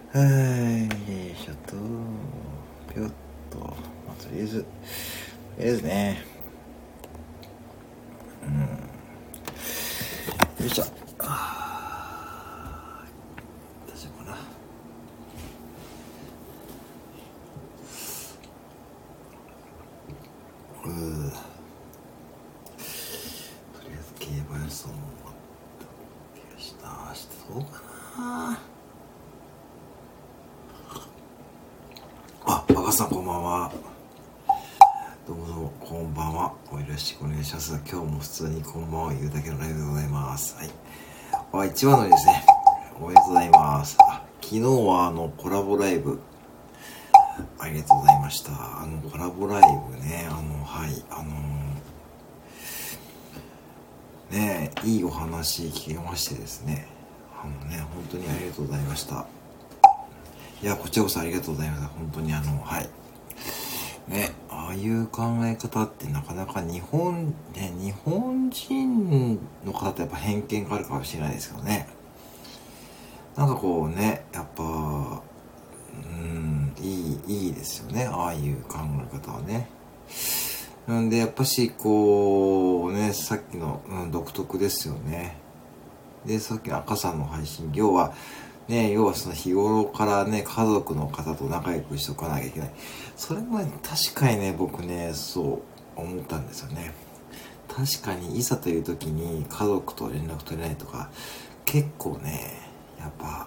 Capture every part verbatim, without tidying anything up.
はい、ちょっと、ぴょっと、まあ、とりあえず、とりあえずね、うん、よいしょ。あー、大丈夫かな。うー、とりあえず競馬予想もよし、明日どうかな。あ、赤さんこんばんは。どうもどうも、こんばんは。およろしくお願いします。今日も普通にこんばんは言うだけのライブでございます。はい。あ、一番乗りですね。おめでとうございます。あ、昨日はあのコラボライブ、ありがとうございました。あのコラボライブね、あの、はい、あのー、ね、いいお話聞けましてですね、あのね、本当にありがとうございました。いや、こちらこそありがとうございます。本当にあの、はい。ね、ああいう考え方ってなかなか日本、ね、日本人の方ってやっぱ偏見があるかもしれないですけどね。なんかこうね、やっぱ、うん、いい、いいですよね。ああいう考え方はね。なんで、やっぱし、こう、ね、さっきの、うん、独特ですよね。で、さっきの赤さんの配信、要は、ね、要はその日頃からね、家族の方と仲良くしておかなきゃいけない。それも、ね、確かにね、僕ね、そう思ったんですよね。確かに、いざという時に家族と連絡取れないとか、結構ね、やっぱ、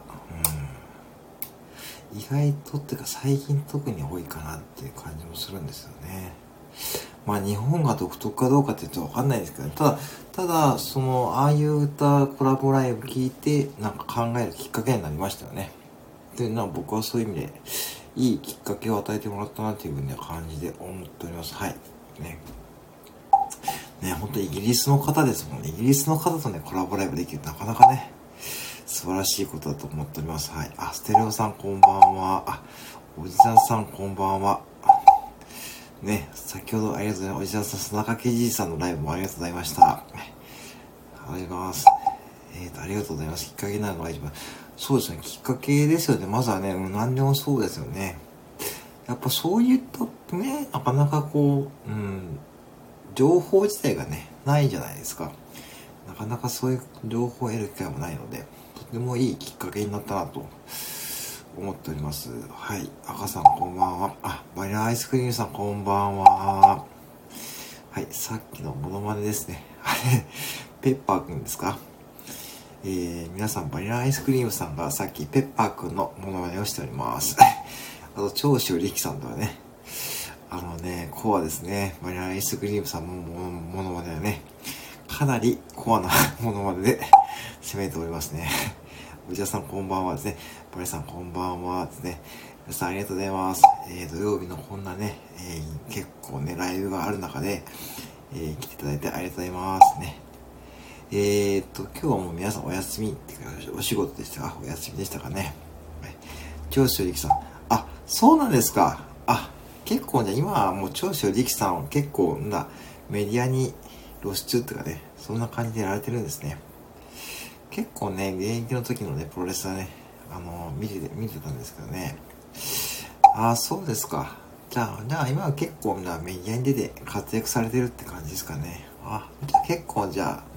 うん、意外とっていうか最近特に多いかなっていう感じもするんですよね。まあ日本が独特かどうかって言うとわかんないですけど、ただ、ただ、その、ああいう歌、コラボライブ聞いて、なんか考えるきっかけになりましたよね。で、なんか僕はそういう意味で、いいきっかけを与えてもらったなというふうな感じで思っております。はい。ね。ね、ほんとイギリスの方ですもんね。イギリスの方とね、コラボライブできるなかなかね、素晴らしいことだと思っております。はい。あ、ステレオさんこんばんは。あ、おじさんさんこんばんは。ね、先ほどありがとうございます。おじさんさん、砂中けじいさんのライブもありがとうございました。ありがとうございます。えーと、ありがとうございます。きっかけになるのが一番。そうですね、きっかけですよね。まずはね、うん、何でもそうですよね。やっぱそういったね、なかなかこう、うん、情報自体がね、ないじゃないですか。なかなかそういう情報を得る機会もないので、とてもいいきっかけになったなと思っております。はい。赤さんこんばんは。あ、バニラアイスクリームさんこんばんは。はい。さっきのモノマネですね。あれ、ペッパーくんですか？えー、皆さんバニラアイスクリームさんがさっきペッパーくんのモノマネをしております。あと、長州力さんとはね、あのね、コアですね。バニラアイスクリームさんのモノマネはね、かなりコアなモノマネで攻めておりますね。内田さんこんばんはですね。バリさんこんばんはですね。皆さんありがとうございます。えー、土曜日のこんなね、えー、結構ね、ライブがある中で、えー、来ていただいてありがとうございますね。えーっと、今日はもう皆さんお休みっていうか、お仕事でしたか？お休みでしたかね。はい。長州力さん。あ、そうなんですか。あ、結構ね、今はもう長州力さんは結構なメディアに露出っていうかね、そんな感じでやられてるんですね。結構ね、現役の時のね、プロレスはね、あのー、見てて、見てたんですけどね。ああ、そうですか。じゃあ、じゃあ今は結構なメディアに出て活躍されてるって感じですかね。あ、じゃあ結構じゃあ、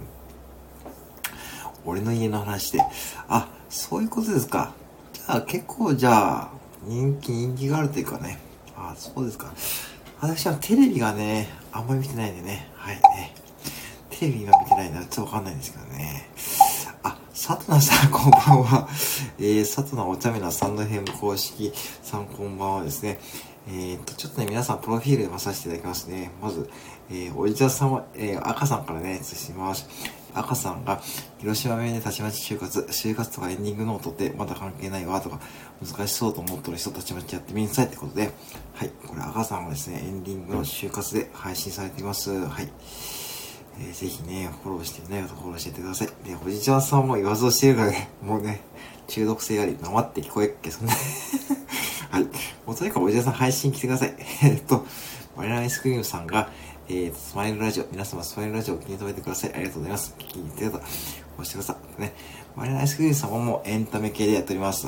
うん、俺の家の話で。あ、そういうことですか。じゃあ結構じゃあ、人気、人気があるというかね。あ、そうですか。私はテレビがね、あんまり見てないんでね。はいね。テレビ今見てないんで、ちょっとわかんないんですけどね。あ、佐藤さんこんばんは。えー、佐藤のお茶目なサンドヘム公式さんこんばんはですね。えーと、ちょっとね、皆さんプロフィールで見させていただきますね。まず、えー、おじちゃんさんは、えー、赤さんからね、移します。赤さんが、広島弁でたちまち就活、就活とかエンディングノートってまだ関係ないわとか、難しそうと思ってる人たちまちやってみなさいってことで、はい、これ赤さんがですね、エンディングの就活で配信されています。はい。えー、ぜひね、フォローしていない方フォローしててください。で、おじちゃんさんも言わずしてるからね、もうね、中毒性あり、生って聞こえっけ、そんな。はい。もうとにかくおじちゃんさん配信来てください。えっと、バニラアイスクリームさんが、えー、スマイルラジオ、皆様スマイルラジオを気に留めてください。ありがとうございます。聞いてください。押してください。ね。バニラアイスクリームさんももうエンタメ系でやっております。はい。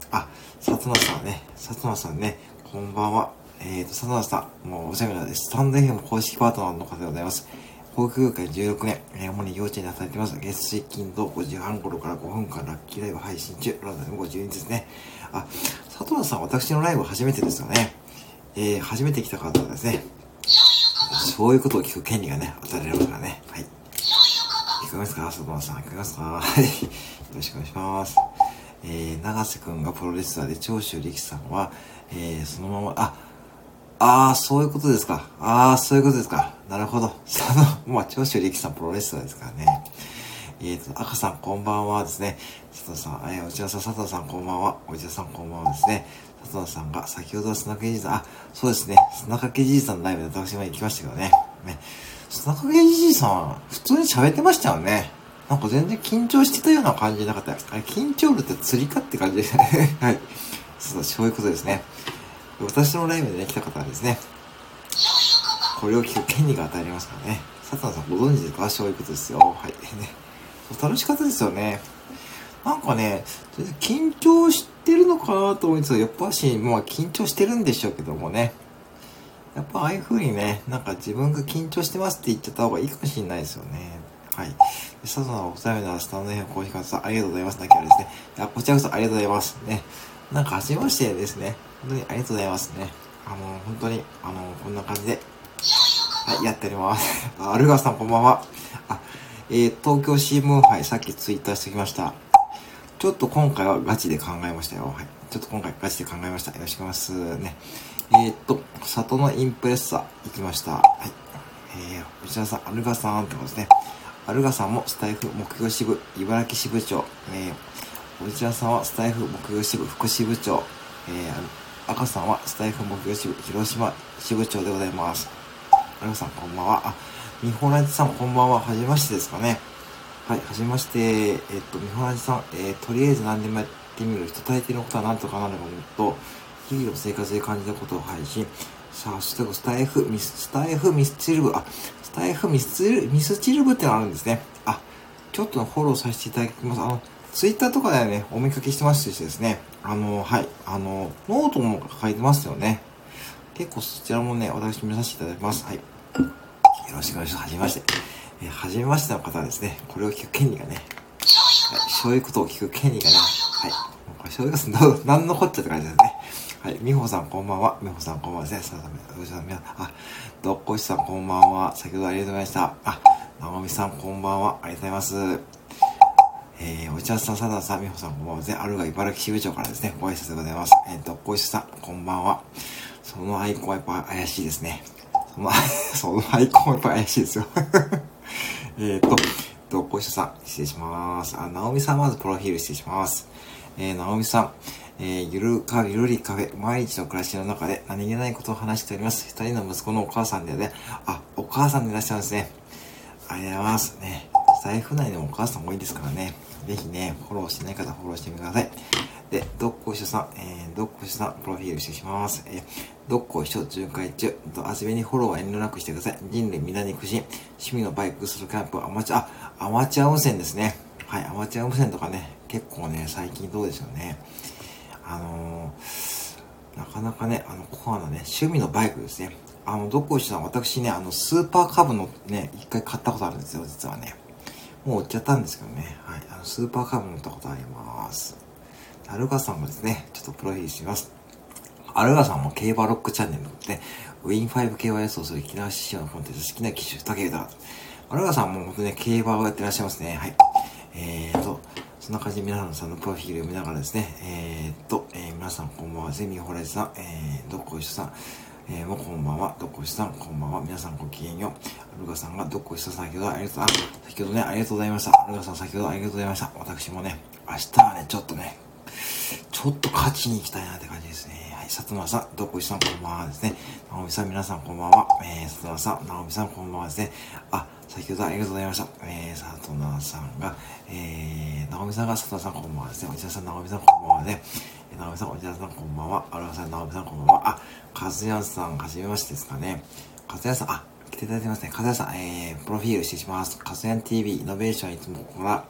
あ、佐藤さんね、佐藤さんね、こんばんは。えーと、佐藤さん、もうおしゃべりです。スタンド エフエム 公式パートナーの方でございます。航空業界じゅうろくねん、えー、主に幼稚園で働いてます。月水金土ごじはん頃からごふんかんラッキーライブ配信中。ロンドンでもごじゅうにですね。あ、佐藤さん、私のライブ初めてですよね。えー、初めて来た方ですね。そういうことを聞く権利がね、与えられますからね。はい。聞こえますか、佐藤さん。聞こえますか。はい。よろしくお願いします。えー、長瀬くんがプロレスラーで、長州力さんは、えー、そのまま、あ、あー、そういうことですか。あー、そういうことですか。なるほど。その、まあ、長州力さんプロレスラーですからね。えーと、赤さんこんばんはですね。佐藤さん、えー、内田さん、佐藤さんこんばんは。内田さんこんばんはですね。佐藤さんが、先ほどは砂掛じいさん、あ、そうですね。砂掛じいさんのライブで私も行きましたけどね。ね。砂掛じいさん、普通に喋ってましたよね。なんか全然緊張してたような感じなかった。あれ、緊張るって釣りかって感じですね。はい。そう、そういうことですね。私のライブでね、来た方はですね、これを聞く権利が与えられますからね。佐藤さんご存知ですか？そういうことですよ。はい。ね。楽しかったですよね。なんかね、緊張してるのかなと思うんですけど、やっぱし、まあ緊張してるんでしょうけどもね。やっぱああいう風にね、なんか自分が緊張してますって言っちゃった方がいいかもしれないですよね。はい。佐藤さんお二人のスタンド エフエム 公式さんありがとうございます。だけはですね。いや、こちらこそありがとうございます。ね。なんか初めましてですね。本当にありがとうございますね。あの、本当に、あの、こんな感じで、はい、やっております。あ、アルガさんこんばんは。あ、えー、東京新聞杯、さっきツイッターしてきました。ちょっと今回はガチで考えましたよ。はい。ちょっと今回ガチで考えました。よろしくお願いしますね。えー、っと、里のインプレッサ行きました。はい。えー、内田さん、アルガさんってことですね。アルガさんもスタイフ目標支部、茨城支部長。えー、内田さんはスタイフ目標支部、副支部長。えー、赤さんはスタイフ目標支部、広島支部長でございます。アルガさん、こんばんは。あ、みほらじさん、こんばんは。はじめましてですかね。はい、はじめまして。えっと、みほらじさん、えー、とりあえず何でもやってみる。人大抵のことは何とかなるものと、日々の生活で感じたことを配信。さあ、そしてスタイフ、ミス、スタイフミスチル部、あ、スタイフミスチル、ミスチル部ってのあるんですね。あ、ちょっとフォローさせていただきます。あの、ツイッターとかでね、お見かけしてますしですね。あの、はい、あの、ノートも書いてますよね。結構そちらもね、私見させていただきます。はい。よろしくお願いします。はじめまして。えー、はじめましての方はですね、これを聞く権利がね、はい、そういうことを聞く権利がね、はい。これ、そういうこと、何のこっちゃって感じですね。はい。みほさんこんばんは。みほさんこんばんはですね。ささみ、あ、どっこいしさんこんばんは。先ほどありがとうございました。あ、なおみさんこんばんは。ありがとうございます。えー、お茶さん、さださん、みほさんこんばんはですね。あるが茨城支部長からですね、ご挨拶でございます。えー、どっこいしさん、こんばんは。そのアイコンはやっぱ怪しいですね。その、そのアイコンはやっぱ怪しいですよ。えっと、どっこいしさん、失礼します。あ、なおみさん、まずプロフィール失礼します。えー、なおみさん、えー、ゆるか、ゆるりカフェ、毎日の暮らしの中で何気ないことを話しております。二人の息子のお母さんでね、あ、お母さんでいらっしゃるんですね。ありがとうございます。ね。財布内でもお母さん多いですからね。ぜひね、フォローしてない方フォローしてみてください。で、どっこいしょさん、えー、どっこいしょさん、プロフィールしてします。えー、どっこいしょ巡回中、遊びにフォローは遠慮なくしてください。人類皆肉親、趣味のバイクするキャンプ、アマチュア、あ、アマチュア無線ですね。はい、アマチュア無線とかね、結構ね、最近どうでしょうね。あのー、なかなかね、あの、コアなね、趣味のバイクですね。あの、どっこいしょさん、私ね、あの、スーパーカブのね、一回買ったことあるんですよ、実はね。もう売っちゃったんですけどね。はい。あの、スーパーカブ乗ったことあります。アルガさんもですね、ちょっとプロフィールしてみます。アルガさんも競馬ロックチャンネルで、ウィンファイブ競馬予想する木梨師匠のコンテンツ、好きな騎手、竹豊。アルガさんも本当ね、競馬をやってらっしゃいますね。はい。えーと、そんな感じで皆さんのプロフィールを見ながらですね、えーと、えー、皆さんこんばんは、ゼミホラジさん、えー、どっこいしょさん、えー、もうこんばんは、どっこいしょさん、こんばんは、皆さんごきげんよう。アルガさんがどっこいしょさん、先ほどありがとう、あ、先ほどね、ありがとうございました。アルガさん先ほどありがとうございました。私もね、明日はね、ちょっとね、ちょっと勝ちに行きたいなって感じですね。はい、佐藤村さん、どっこいしさん、こんばんはですね。なおみさん、皆さんこんばんは。えー、佐藤村さん、なおみさん、こんばんはですね。あ、先ほどありがとうございました。えー、佐藤村さんが、えー、なおみさんが佐藤さん、こんばんはですね。おじさん、なおみさん、こんばんはね。なおみさん、おじさん、こんばんは。あらさん、なおみさん、こんばんは。あ、かずやさん、はじめましてですかね。かずやさん、あ、来ていただいてますね。かずやさん、えー、プロフィールしてします。かずやん ティーブイ イノベーションいつもここから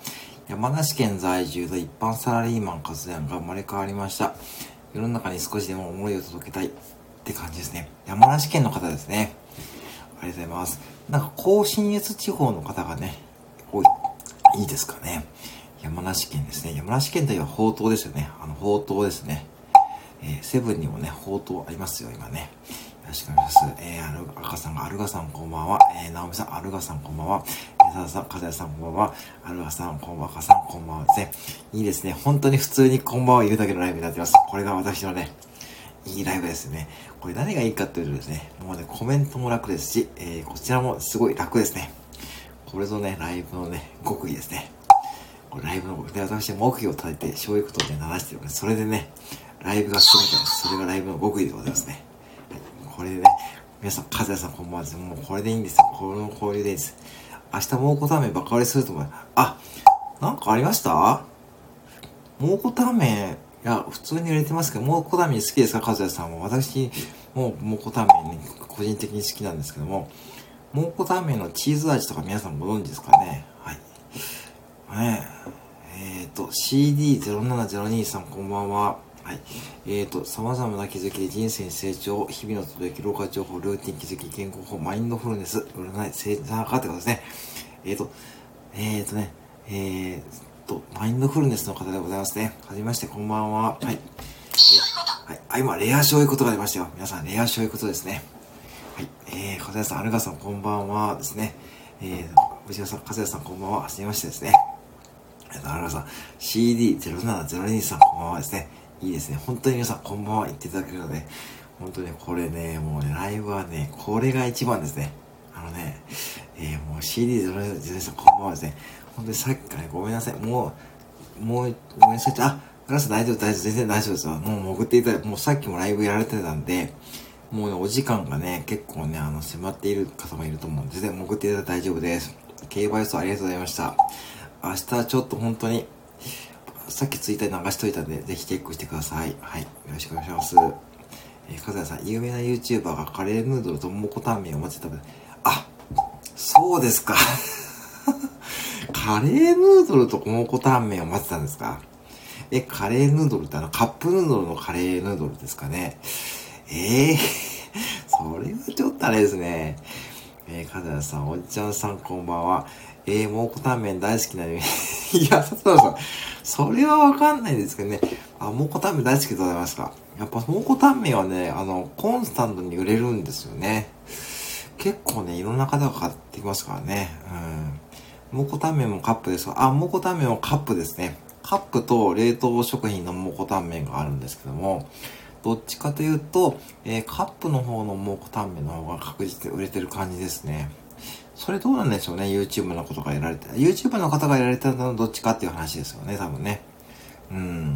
山梨県在住の一般サラリーマン活躍が生まれ変わりました。世の中に少しでも思いを届けたいって感じですね。山梨県の方ですね。ありがとうございます。なんか甲信越地方の方がね、多い、いいですかね。山梨県ですね。山梨県といえばほうとうですよね。あの、ほうとうですね。えー、セブンにもね、ほうとうありますよ、今ね。よろしくお願いします。えー、アルガさん、アルガさんこんばんは。えー、ナオミさん、アルガさんこんばんは。えー、サダさん、カズヤさんこんばんは。アルガさん、こんばんは。カさんこんばんはですね。いいですね。本当に普通にこんばんは言うだけのライブになってます。これが私のね、いいライブですね。これ何がいいかというとですね、もうね、コメントも楽ですし、えー、こちらもすごい楽ですね。これぞね、ライブのね、極意ですね。これライブの極意で、私、木魚を叩いて、醤油粉をね、鳴らしてるので、それでね、ライブが進むじゃないです。それがライブの極意でございますね。はい、これでね、皆さん、かずやさんこんばんはです。もうこれでいいんですよ。この交流でいいです。明日、蒙古タンメンばっかりすると思う。あ、なんかありました？蒙古タンメン、いや、普通に売れてますけど、蒙古タンメン好きですか、かずやさんは。私、もう蒙古タンメンね、個人的に好きなんですけども、蒙古タンメンのチーズ味とか皆さんご存知ですかね。はい。ねえ、えっ、ー、と、シーディーゼロななゼロに さんこんばんは。はい。えっ、ー、と、様々な気づきで人生に成長、日々のつぶやき、老化情報、ルーティン気づき、健康法、マインドフルネス、占い、生産化ってことですね。えっ、ー、と、えっ、ー、とね、えー、と、マインドフルネスの方でございますね。はじめまして、こんばんは。はい。えはい。あ、今、レア醤油ことが出ましたよ。皆さん、レア醤油ことですね。はい。えー、かずやさん、アルガさん、こんばんはですね。えー、藤原さん、かずやさん、こんばんは。はじめましてですね。えっと、アルガさん、シーディーゼロななゼロに さん、こんばんはですね。いいですね。本当に皆さん、こんばんは言っていただけるので、本当にこれね、もうね、ライブはね、これが一番ですね。あのね、えー、もう シーディーゼロななゼロに さん、こんばんはですね。本当にさっきから、ね、ごめんなさい。もう、もう、ごめんなさい。あ、アルガさん大丈夫、大丈夫、全然大丈夫ですよ。もう潜っていただいて、もうさっきもライブやられてたんで、もうね、お時間がね、結構ね、あの、迫っている方もいると思うんで、全然潜っていただいて大丈夫です。競馬予想ありがとうございました。明日ちょっと本当に、さっきツイッターに流しといたんで、ぜひチェックしてください。はい。よろしくお願いします。えー、かずやさん、有名な YouTuber がカレーヌードルと蒙古タンメンを混ぜて食べ、あ、そうですか。カレーヌードルと蒙古タンメンを混ぜたんですか？え、カレーヌードルってあの、カップヌードルのカレーヌードルですかね。ええー、それはちょっとあれですね。えー、かずやさん、おっちゃんさんこんばんは。えー、蒙古タンメン大好きなのに。いや、佐藤さん、それはわかんないですけどね。あ、蒙古タンメン大好きでございますか。やっぱ蒙古タンメンはね、あの、コンスタントに売れるんですよね。結構ね、いろんな方が買ってきますからね。うん。蒙古タンメンもカップですが、あ、蒙古タンメンもカップですね。カップと冷凍食品の蒙古タンメンがあるんですけども、どっちかというと、えー、カップの方の蒙古タンメンの方が確実に売れてる感じですね。それどうなんでしょうね、YouTube のことがやられて。YouTube の方がやられてたのはどっちかっていう話ですよね、多分ね。うん。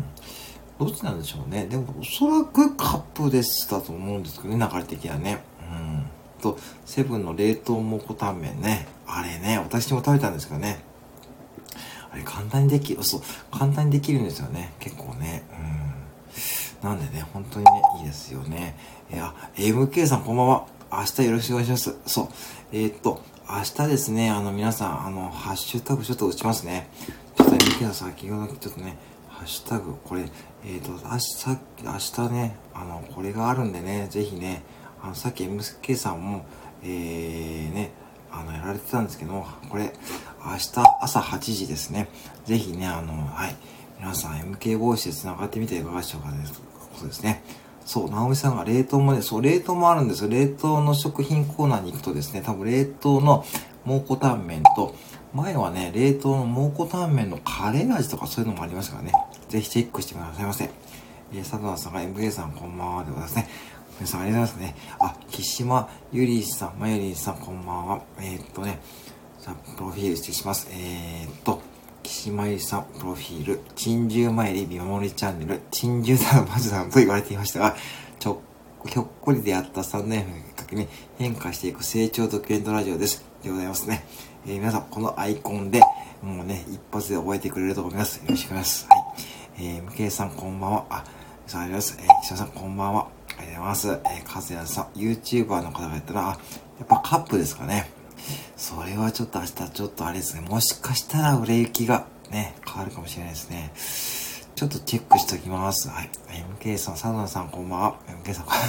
どっちなんでしょうね。でも、おそらくカップでしたと思うんですけどね、流れ的にはね。うん。と、セブンの冷凍蒙古タンメンね。あれね、私も食べたんですけどね。あれ簡単にできる、そう、簡単にできるんですよね。結構ね。うん。なんでね、本当にね、いいですよね。えー、あ、エムケー さんこんばんは。明日よろしくお願いします。そう。えー、っと、明日ですね、あの、皆さん、あの、ハッシュタグちょっと打ちますね。ちょっと エムケー さん先ほどちょっとね、ハッシュタグ、これ、えー、っと、明日、明日ね、あの、これがあるんでね、ぜひね、あの、さっき エムケー さんも、えー、ね、あの、やられてたんですけども、これ、明日朝はちじですね。ぜひね、あの、はい。皆さん エムケー ボイスで繋がってみていかがでしょうかね。そうですね。そう、直美さんが冷凍もね、そう、冷凍もあるんですよ。冷凍の食品コーナーに行くとですね、多分冷凍の蒙古タンメンと、前はね、冷凍の蒙古タンメンのカレー味とかそういうのもありましたからね。ぜひチェックしてくださいませ。えー、佐藤さんが エムケー さんこんばんはでございますね。皆さんありがとうございますね。あ、木島ゆりさん、まゆりさんこんばんは。えー、っとね、じゃあ、プロフィールしてします。えー、っと、岸まゆりさん、プロフィール、珍獣参り見守りチャンネル、珍獣さんの魔女さんと言われていましたが、ちょ、ひょっこりであったさんねんきっかけに変化していく成長ドキュメントラジオです。でございますね。えー、皆さん、このアイコンで、もうね、一発で覚えてくれると思います。よろしくお願いします。はい。えー、ムケイさん、こんばんは。あ、さあ、ありがとうございます。えー、岸田さん、こんばんは。ありがとうございます。えー、かずやさん、YouTuber の方がやったら、あ、やっぱカップですかね。それはちょっと明日ちょっとあれですね。もしかしたら売れ行きがね、変わるかもしれないですね。ちょっとチェックしておきます。はい。エムケー さん、佐藤さんこんばんは。エムケー さん、はい。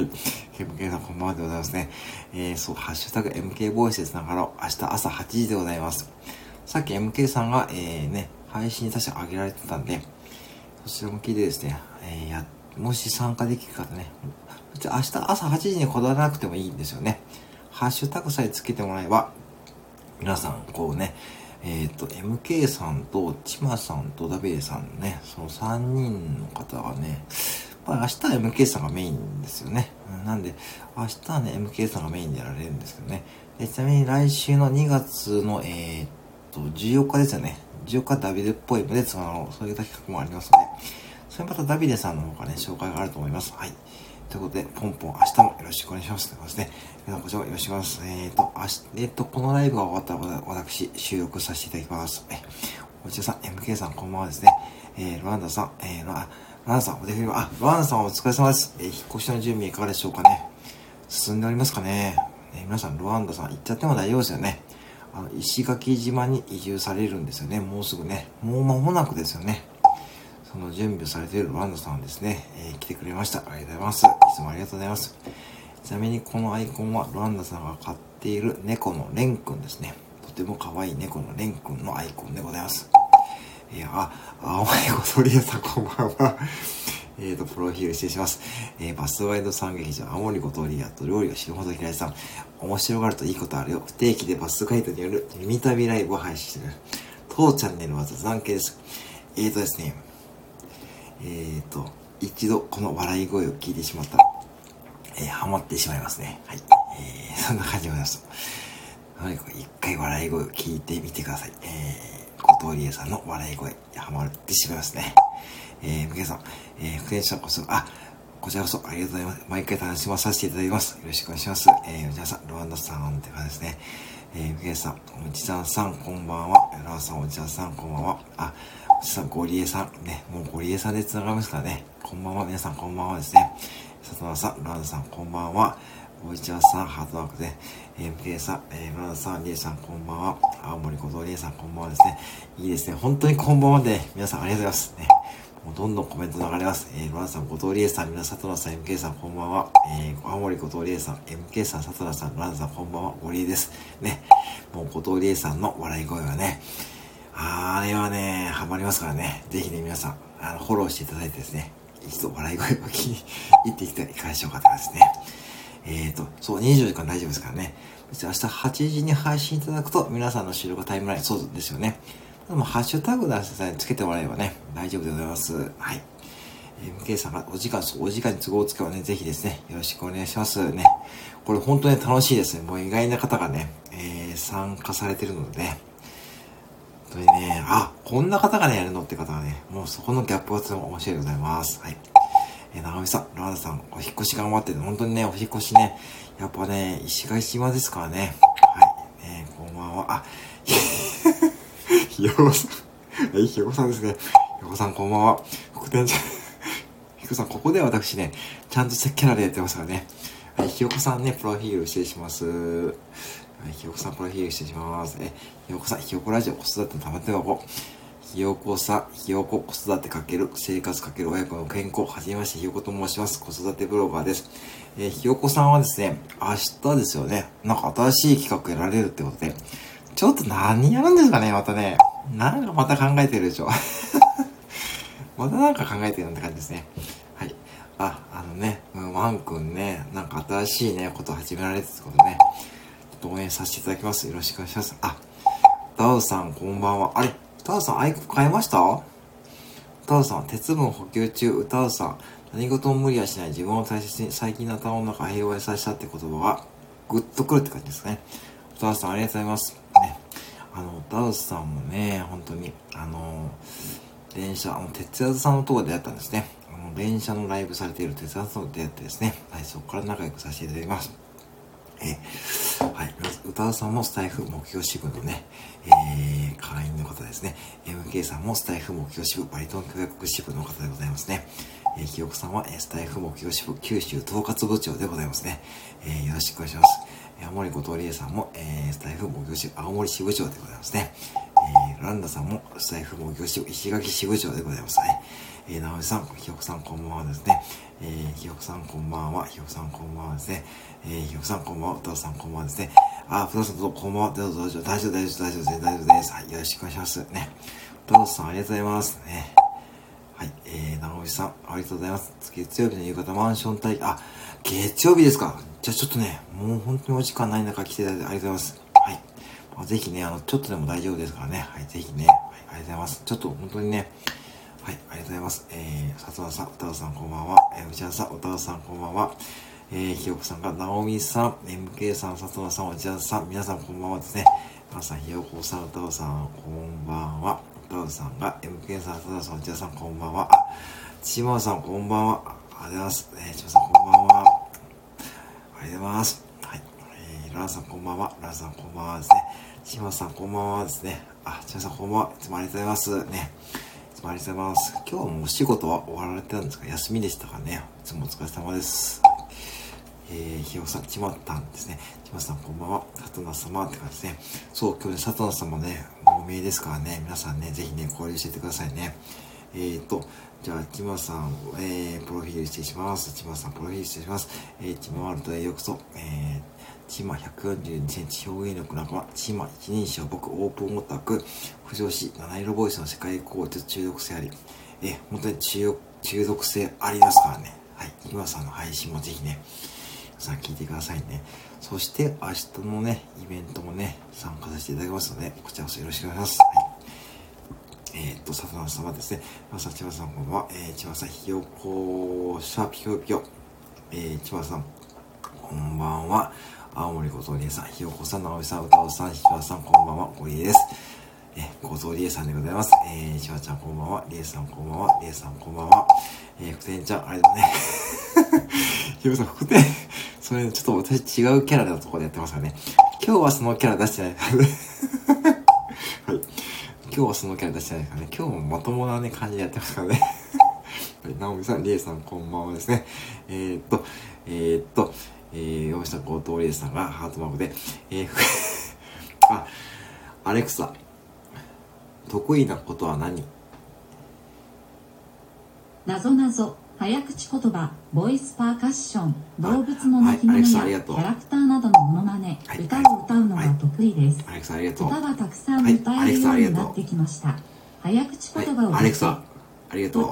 エムケー さんこんばんはでございますね。えー、そう、ハッシュタグ エムケー ボイスでつながろう。明日朝はちじでございます。さっき エムケー さんが、えー、ね、配信に確か上げられてたんで、そちらも聞いてですね、えー、や、もし参加できる方ね、明日朝はちじにこだわらなくてもいいんですよね。ハッシュタグさえつけてもらえば、皆さん、こうね、えっ、ー、と、エムケー さんと、ちまさんとダビエさんね、そのさんにんの方がね、やっぱり明日は エムケー さんがメインですよね。なんで、明日はね、エムケー さんがメインでやられるんですけどね。えちなみに来週のにがつの、えっ、ー、と、じゅうよっかですよね。じゅうよっかダビデっぽいので、その、そういった企画もありますので、それまたダビデさんの方からね、紹介があると思います。はい。ということで、ポンポン明日もよろしくお願いします。ということですね。皆さんこちらもよろしくお願いします。えっ、ー、と、明日、えっ、ー、と、このライブが終わったら私、収録させていただきます。え、おちらさん、エムケー さんこんばんはですね。えー、ロワンダさん、えー、ロワンダさん、お手振りは、あ、ロワンダさんお疲れ様です。えー、引っ越しの準備いかがでしょうかね。進んでおりますかね。えー、皆さん、ロワンダさん行っちゃっても大丈夫ですよね。あの、石垣島に移住されるんですよね。もうすぐね。もう間もなくですよね。その準備をされているロワンダさんですね、えー、来てくれました。ありがとうございます。いつもありがとうございます。ちなみにこのアイコンはロワンダさんが飼っている猫のレンくんですね。とても可愛い猫のレンくんのアイコンでございます。えー、あ、青森小鳥屋さんこんばんは。えーと、プロフィール失礼します。えー、バスワイド惨劇場、青森小鳥屋と料理が死ぬほど嫌いさん。面白がるといいことあるよ。不定期でバスガイドによる耳旅ライブを配信している。当チャンネルは雑談系です。えーとですね、えーと、一度この笑い声を聞いてしまったら、えー、ハマってしまいますね。はい。えー、そんな感じでございます。なので、一回笑い声を聞いてみてください。えー、小鳥屋さんの笑い声、ハマってしまいますね。えー、むけさん、えー、副店長こそ、あ、こちらこそありがとうございます。毎回楽しまさせていただきます。よろしくお願いします。えー、皆さん、ロワンダさんって感じですね。えー、むけさん、おじちゃんさん、こんばんは。ロワンダさん、おじちゃんさん、こんばんは。あ、おじさん、ゴリエさん。ね、もうゴリエさんで繋がりますからね。こんばんは。皆さん、こんばんはですね。佐藤さん、ロワンダさん、こんばんは。おじちゃんさん、ハートワークで、えー、エムケー さん、えー、ロワンダさん、リエさん、こんばんは。青森小鳥リエさん、こんばんはですね。いいですね。本当にこんばんはで、皆さんありがとうございます。ね。もうどんどんコメント流れます。えー、ロワンダさん、後藤理恵さん、皆さん、佐藤さん、エムケー さん、こんばんは。えー、青森後藤理恵さん、エムケー さん、佐藤さん、ロワンダさん、こんばんは。ゴリエです。ね。もう後藤理恵さんの笑い声はね、あれはね、ハマりますからね。ぜひね、皆さん、あの、フォローしていただいてですね、一度笑い声を聞きに行ってきたらいかがでしょうかとですね。えーと、そう、にじゅうよじかん大丈夫ですからね。別に明日はちじに配信いただくと、皆さんの収録タイムライン、そうですよね。でも、ハッシュタグでつけてもらえばね、大丈夫でございます。はい。エムケー さんがお時間、お時間に都合をつけばね、ぜひですね、よろしくお願いしますね。これ本当に楽しいですね。もう意外な方がね、えー、参加されてるのでね、本当にね、あ、こんな方がね、やるのって方がね、もうそこのギャップがとても面白いでございます。はい。えー、長見さん、ロワンダさん、お引っ越し頑張ってる。本当にね、お引っ越しね、やっぱね、石垣島ですからね。はい。ね、こんばんは。あ、ひよこさん。はい、ひよこさんですね。ひよこさん、こんばんは。副店長。ひよこさん、ここで私ね、ちゃんとしたキャラでやってますからね。はい、ひよこさんね、プロフィール失礼します。はい、ひよこさん、プロフィール失礼します。え、ひよこさん、ひよこラジオ、子育てのたまってばこ。ひよこさん、ひよこ、子育てかける、生活かける親子の健康。はじめまして、ひよこと申します。子育てブロガーです。えー、ひよこさんはですね、明日ですよね、なんか新しい企画やられるってことで、ちょっと何やるんですかね、またね。なんかまた考えてるでしょ。またなんか考えてるって感じですね。はい。あ、あのね、ワンくんね、なんか新しいね、ことを始められてってことでね、ちょっと応援させていただきます。よろしくお願いします。あ、ダウさんこんばんは。あれタウさんアイコン変えました？タウさん、鉄分補給中、歌うさん、何事も無理はしない、自分を大切に、最近の頭の中平和にさせたって言葉が、グッとくるって感じですかね。歌うさん、ありがとうございます。ね。あの、歌うさんもね、本当に、あの、電車、あの、鉄矢さんのところで出会ったんですね。あの、電車のライブされている鉄矢さんと出会ってですね、はい、そこから仲良くさせていただきます。えー、はい。歌うさんもスタイフ目標支部のね、えー、会員の方ですね。エムケー さんもスタイフ目標支部、バリトン教育支部の方でございますね。えー、ひよこさんは、えー、スタイフ目標支部、九州統括部長でございますね。えー、よろしくお願いします。えー、青森後藤理恵さんも、えー、スタイフ目標支部、青森支部長でございますね。えランダさんも、スタイフも業種、石垣支部長でございますね。えー、直美さん、ひよこさんこんばんはですね。えー、ひよこさんこんばんは、ひよこさんこんばんはですね。えー、ひよこさんこんばんは、ふたさんこんばんはですね。あ、ふたさんどうぞこんばんは、どうぞどうぞ、大丈夫、大丈夫、大丈夫です、大丈夫です。はい、よろしくお願いします。ね。ふたさんありがとうございます。ね。はい、えー、直美さん、ありがとうございます。月曜日の夕方、マンション待機、あ、月曜日ですか。じゃあちょっとね、もう本当にお時間ない中来ていただいてありがとうございます。はい。まあ、ぜひね、あの、ちょっとでも大丈夫ですからね。はい、ぜひね。はい、ありがとうございます。ちょっと本当にね、はい、ありがとうございます。えー、佐藤さん、歌さんこんばんは。えー、内田さん、歌さんこんばんは。えー、ひよこさんが、なおみさん、エムケー さん、佐藤さん、内田さん、皆さんこんばんはですね。皆さん、ひよこさん、歌さん、こんばんは。歌さんが、エムケー さん、佐藤さん、内田さん、こんばんは。あ、ちまさん、こんばんは。ありがとうございます。えー、ちまさん、こんばんは。ありがとうございます。はい。えー、ランさん、こんばんは。ランさん、こんばんはですね。ちまさん、こんばんはですね。あ、ちまさん、こんばんは。いつもありがとうございます。ね。いつもありがとうございます。今日はもうお仕事は終わられてたんですか？休みでしたかね。いつもお疲れ様です。えー、ひよさん、ちまったんですね。ちまさん、こんばんは。さとな様って感じですね。そう、今日ね、さとな様ね、無名ですからね、皆さんね、ぜひね、交流していってくださいね。えーと、じゃあ、ちまさん、えー、プロフィール失礼します。ちまさん、プロフィール失礼します。えー、ちまワールドへようこそ。えーチマひゃくよんじゅうにセンチ表現力仲間、チマ一人称僕オープンオタク、不条子、七色ボイスの世界構築中毒性あり。え、本当に中中毒性ありますからね。はい。今さんの配信もぜひね、皆さん聞いてくださいね。そして明日のね、イベントもね、参加させていただきますので、こちらこそよろしくお願いします。はい。えー、っと、佐藤様ですね。まさ、千葉さんこんばんは。えー、千葉さん、ひよこ、シャーピヨピヨ。えー、千葉さん、こんばんは。青森後藤理恵さん、ひよこさん、直美さん、歌尾さん、ひわさん、こんばんは、ごりえです。え、後藤理恵さんでございます。えー、しわちゃん、こんばんは、りえさん、こんばんは、りえさん、こんばんは。えー、福天ちゃん、あれだね。ひよこさん、福天、それ、ちょっと私違うキャラのところでやってますからね。今日はそのキャラ出してないからね。はい。今日はそのキャラ出してないからね。今日もまともなね、感じでやってますからね。はい、直美さん、りえさん、こんばんはですね。えー、っと、えー、っと、えー、山下後藤理恵さんがハートマークで、えー、あ、アレクサ、得意なことは何？ なぞなぞ、早口言葉、ボイスパーカッション、動物の鳴き声やキャラクターなどのモノマネ、はい、歌を歌うのが得意です。 アレクサありがとう。 歌がたくさん歌えるようになってきました。早口言葉を、 はい、アレクサ、ありがとう。はい。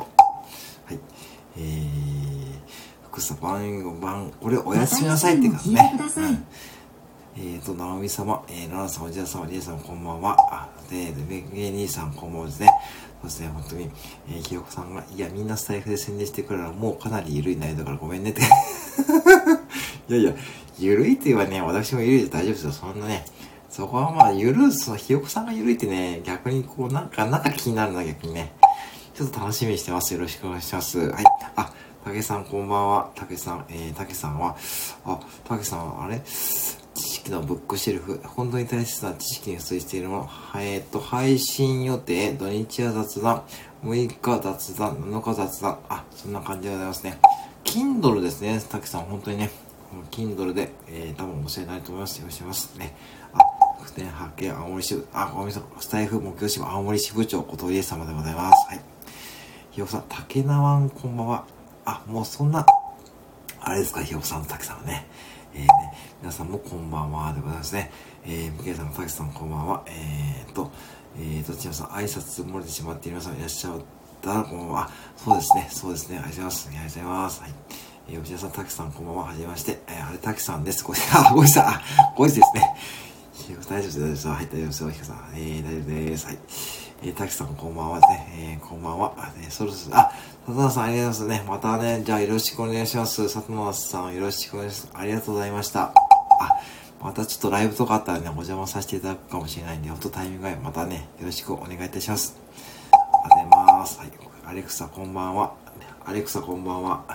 えー、福さ晩ご晩、これおやすみなさいって感じね。えーと、直美様、えー、ラナさん、おじやさん、りえさん、こんばんは。あ、で、で、め兄さん、こんばんはですね。そうですね、本当に、えー、ひよこさんが、いや、みんなスタイフで宣伝してくれたら、もうかなり緩い内容だからごめんねって。いやいや、緩いって言えばね、私も緩いで大丈夫ですよ。そんなね、そこはまあ、緩い、そのひよこさんが緩いってね、逆にこう、なんか、なんか気になるな、逆にね。ちょっと楽しみにしてます。よろしくお願いします。はい。あ、たけさん、こんばんは。たけさん、えー、たけさんは、あ、たけさん、あれ知識のブックシェルフ、本当に大切な知識に付随しているもの、えっと、配信予定、土日は雑談、むいか雑談、なのか雑談、あ、そんな感じでございますね。Kindle ですね、たけさん、本当にね、Kindle で、えー、多分教えないと思います。よろしくお願いしますね。あ、福田発見、青森支部、あ、ごめんなさい、スタイフ目標支部、青森支部長、小鳥様でございます。はい。ひよこさん、竹縄ん、こんばんは。あ、もうそんな、あれですか、ひよこさんとたけさんはね。えー、ね、皆さんもこんばんはでございますね。えー、みけさん、たけさんこんばんは。えーと、えーと、ちなさん、挨拶漏れてしまっている皆さんいらっしゃったら、こんばんは。あ、そうですね、そうですね、ありがとうございます。ありがとうございます。はい。えー、内田さん、たけさんこんばんは。はじめまして。えー、あれ、たけさんです。ごめん、あ、ごめんなさい。あ、ごめんですね。ひよこさん、大丈夫です、大丈夫です。はい、大丈夫ですよ、ひよこさん。えー、大丈夫です。はい。えー、たけさんこんばんはですね。えー、こんばんは。あ、ね、そろそろ、あ、里奈さんありがとうございますね。またね、じゃあよろしくお願いします。里奈さんよろしくお願いします。ありがとうございました。あ、またちょっとライブとかあったらね、お邪魔させていただくかもしれないんで、ほんとタイミングがまたね、よろしくお願いいたします。ありがとうございます。はい。アレクサこんばんは。アレクサこんばんは。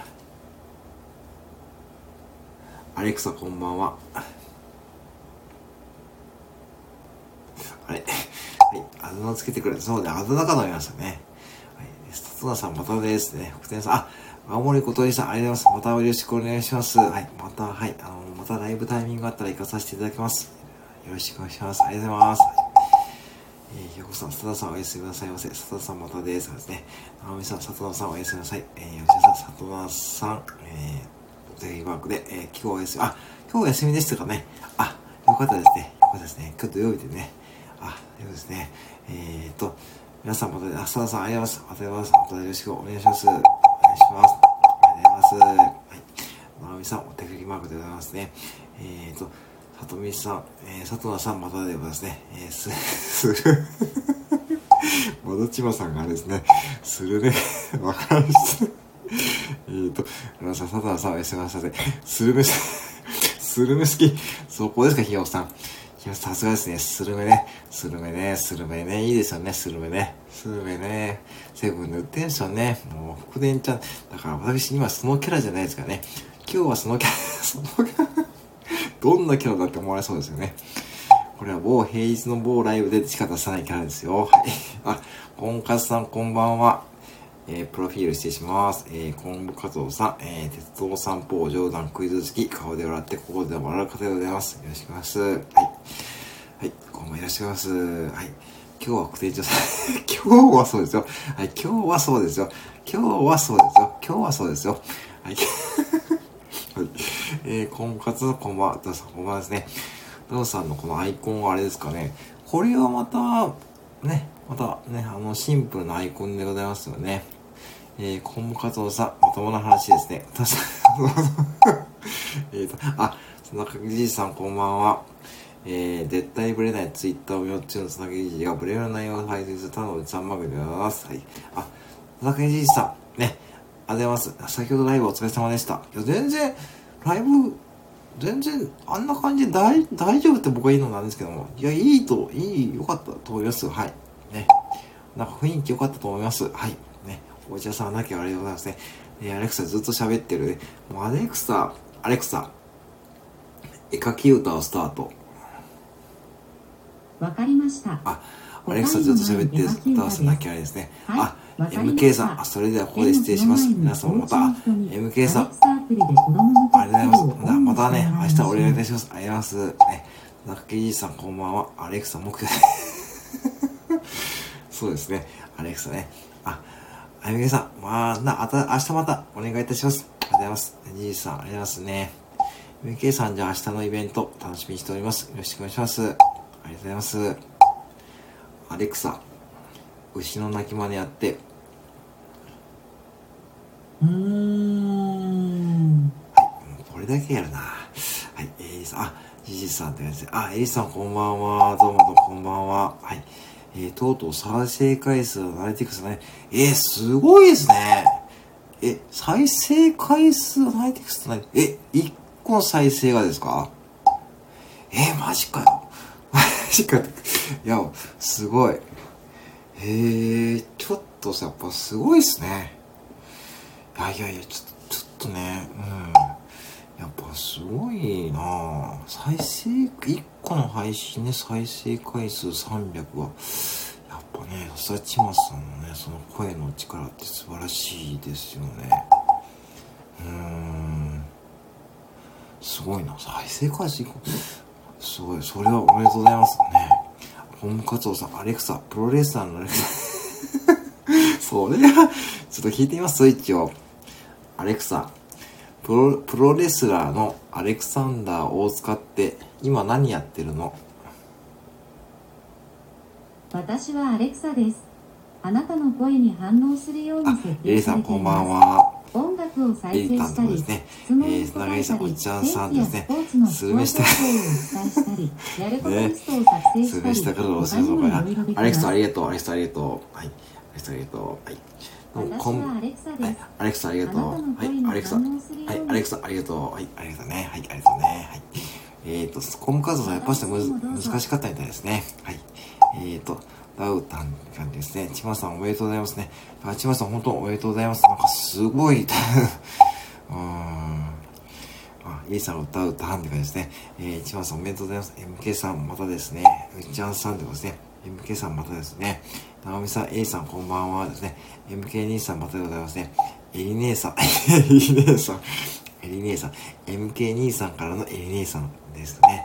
アレクサこんばんは。あれはい。あだ名つけてくれた。そうね、あだ名かと思いましたね。はい。里奈さんまたですね。福田さん、あ、青森小鳥さん、ありがとうございます。またよろしくお願いします。はい。また、はい。あの、またライブタイミングがあったら行かさせていただきます。よろしくお願いします。ありがとうございます。 えー、ひよこさん、佐藤さんおやすみなさいませ。佐藤さんまたです。ですね。なおみさん、佐藤さんおやすみなさい。えー、吉田さん、佐藤さん、えー、テレビマークで、えー、今日お休み、あ、今日お休みでしたかね。あ、よかったですね。よかったですね。今日土曜日でね。あ、そうですね。えーと、皆さんまたで、あ、佐藤さんありがとうございます。ありがとうございます。またよろしくお願いします。お願いします。ありがとうございます。はい。なおみさん、お手振りマークでございますね。えーと、さとみさん、えー、佐藤さんまたでございますね。えー、す、する。まどちまさんがあれですね。するね。わかりました。えーと、皆さん、佐藤さんおやすみなさい。するめ、するめ好き。そこですか、ひよさん。ひよさすがですね。スルメね。スルメね。スルメね。いいですよね。スルメね。スルメね。セブンで売ってるんですよね。もう、福田ちゃん。だから私今そのキャラじゃないですからね。今日はそのキャラ、そのキャラ、どんなキャラだって思われそうですよね。これは某平日の某ライブでしか出さないキャラですよ。はい。あ、コンカツさんこんばんは。えー、プロフィール失礼します。えー、昆布加藤さん、えー、鉄道散歩冗談クイズ好き、顔で笑ってここで笑う方でございます。よろしくお願いします。はい。はい、こんばんはいらっしゃいます。はい。今日は店長さん、今日はそうですよ。はい、今日はそうですよ。今日はそうですよ。今日はそうですよ。はい。はい、えー、婚活のこんばんは、どうさん、こんばんはですね。どうさんのこのアイコンはあれですかね。これはまた、ね、またね、あの、シンプルなアイコンでございますよね。えー、コンボカツオさん、まともな話ですね。えっと、あ、つなかぎじいさん、こんばんは。えー、絶対ブレないツイッターを見よう中のつなかぎじいがブレる内容を配信するただのおじさんマグでございます。はい。あ、つなかぎじいさん、ね、ありがとうございます。先ほどライブお疲れ様でした。いや、全然、ライブ、全然、あんな感じで大、大丈夫って僕は言うのなんですけども、いや、いいと、いい、良かったと思います。はい。ね。なんか雰囲気良かったと思います。はい。ね。お茶さんなきゃありがとうございますね。えー、アレクサずっと喋ってるね。もうアレクサ、アレクサ、絵描き歌をスタート。 わかりました。 あ、アレクサずっと喋ってる歌をスなきゃあれですね。はい、あ、エムケー さん、あ、それではここで失礼します。皆さんまた、エムケー さん、ありがとうございます。またね、明日お願いいたします。ありがとうございます。ね、中木じいさんこんばんは。アレクサ目標そうですね、アレクサね。あ、エムケー さん、まあ、な、あた、明日またお願いいたします。ありがとうございます。じいさん、ありがとうございますね。エムケー さん、じゃあ明日のイベント楽しみにしております。よろしくお願いします。ありがとうございます。アレクサ、牛の鳴き真似やって。 うーん。 はい、これだけやるな。はい、エリさん、あ、ジジさんってやつで、あ、エリさんこんばんは。どうもどうもこんばんは。はい。えー、とうとう再生回数アナリティクスね。えー、すごいですね。え、再生回数アナリティクスって何？え、いっこの再生がですか？えー、マジかよ。マジか。いや、すごい。へえ、ちょっとさ、やっぱすごいっすね。いやいやいや、ちょっと、ちょっとね、うん。やっぱすごいなぁ。再生、いっこの配信で再生回数さんびゃくは、やっぱね、さすがちまさんのね、その声の力って素晴らしいですよね。うーん。すごいな。再生回数いっこ。すごい。それはおめでとうございますね。本部活動さん、アレクサ、プロレスラーのアレクサ。それは、ちょっと聞いてみます、スイッチを。アレクサ、プロ、プロレスラーのアレクサンダー大塚って、今何やってるの？ 私はアレクサです。あなたの声に反応するように設定されています。 エリさんこんばんは。 音楽を再生したり、 ね、質問を答えたり、天気やスポーツのスコア情報をお伝えしたり、やることリストを作成したり、他にもいろいろできます。アレクサありがとう、アレクサありがとう。はい、アレクサありがとう。はい。 私はアレクサです。 アレクサありがとう。はい、アレクサ。はい、アレクサありがとう。はい、ありがとうね。はい、ありがとうね。はい。えっと、コムカードさんやっぱり難しかったみたいですね。はい。えっと、ダウタンって感じですね。ちまさんおめでとうございますね。あ、ちまさん本当おめでとうございます。なんかすごい、うーん。あ、イーさん歌う歌って感じですね。えー、ちまさんおめでとうございます。エムケー さんまたですね。うっちゃんさんでですね。エムケー さんまたですね。なおみさん、A さんこんばんはですね。エムケーに さんまたでございますね。エリ姉さん、エリ姉さん、エリ姉さん、エムケーに さんからのエリ姉さんですね。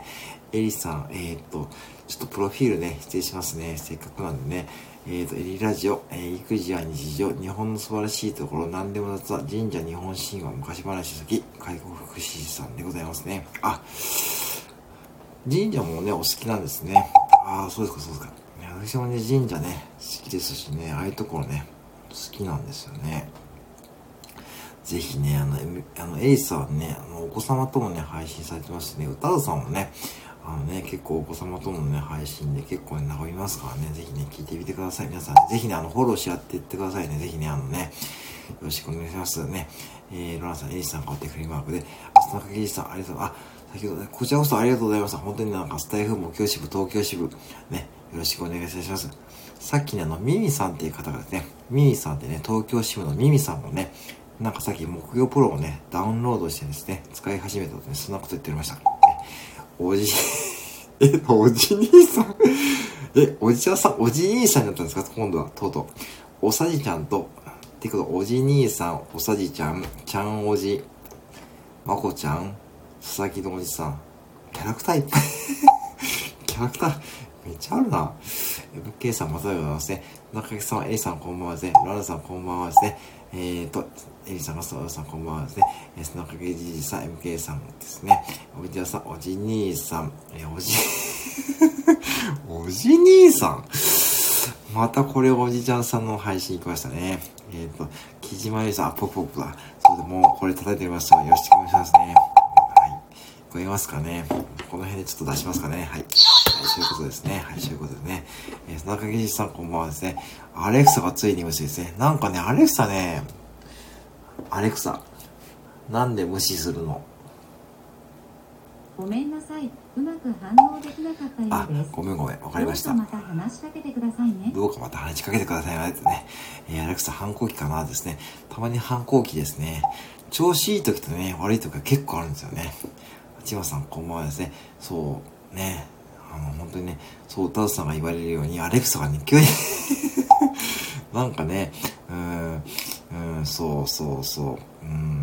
エリさん、えー、っと、ちょっとプロフィールね、失礼しますね。せっかくなんでね。えー、と、エリラジオ、えー、育児や日常、日本の素晴らしいところ、何でも雑は、神社、日本神話、昔話好き、介護福祉士さんでございますね。あ、神社もね、お好きなんですね。ああ、そうですか、そうですか。私もね、神社ね、好きですしね、ああいうところね、好きなんですよね。ぜひね、あの、あの、エイさんはね、あの、お子様ともね、配信されてますしね、歌うさんもね、あのね、結構お子様とのね、配信で結構ね、和みますからね、ぜひね、聞いてみてください。皆さん、ね、ぜひね、あの、フォローし合っていってくださいね。ぜひね、あのね、よろしくお願いしますね。えー、ロナさん、エリさん、変わってフリーマークで、あすなかけじさん、ありがとう。あ、先ほどね、こちらこそありがとうございました。本当になんか、スタイフも教支部、東京支部、ね、よろしくお願いいたします。さっきね、あの、ミミさんっていう方がですね、ミミさんってね、東京支部のミミさんもね、なんかさっき木曜プロをね、ダウンロードしてですね、使い始めたとね、そんなこと言っておりました。おじ、え、おじ兄さんえ、おじちゃんさん、おじ兄さんになったんですか今度は、とうとう。おさじちゃんと、ってこと、おじ兄さん、おさじちゃん、ちゃんおじ、まこちゃん、佐々木のおじさん。キャラクターいっぱい。キャラクター、めっちゃあるな。エムケー さん、またでございますね。中垣さんは、エリさんこんばんはですね。ララさんこんばんはですね。えーと、エリさんが、ソラさんこんばんはですね。えー、中垣じじさん、エムケー さんですね。おじやさん、おじ兄さん、えー、おじ、おじ兄さんまたこれおじちゃんさんの配信行きましたね。えっ、ー、と、木島ゆりさん、あ、ポップポップだ。そうで、もうこれ叩いてみました。よろしくお願いしますね。はい。聞こえますかね。この辺でちょっと出しますかね。はい。はい、そういうことですね。はい、そういうことですね。えー、中木さんこんばんはですね。アレクサがついに無視ですね。なんかね、アレクサね、アレクサ、なんで無視するの？ ごめんなさい。うまく反応できなかったようです。 あ、ごめんごめん。わかりました。 どうかまた話しかけてくださいね。 どうかまた話しかけてくださいね。ってね。えー、アレクサ反抗期かなですね。たまに反抗期ですね。調子いい時とね、悪い時が結構あるんですよね。ちまさんこんばんはですね。そうね。あの、本当にね、そう、歌うさんが言われるように、アレクサがね、急になんかね、うーん、うん、そうそうそう、うん、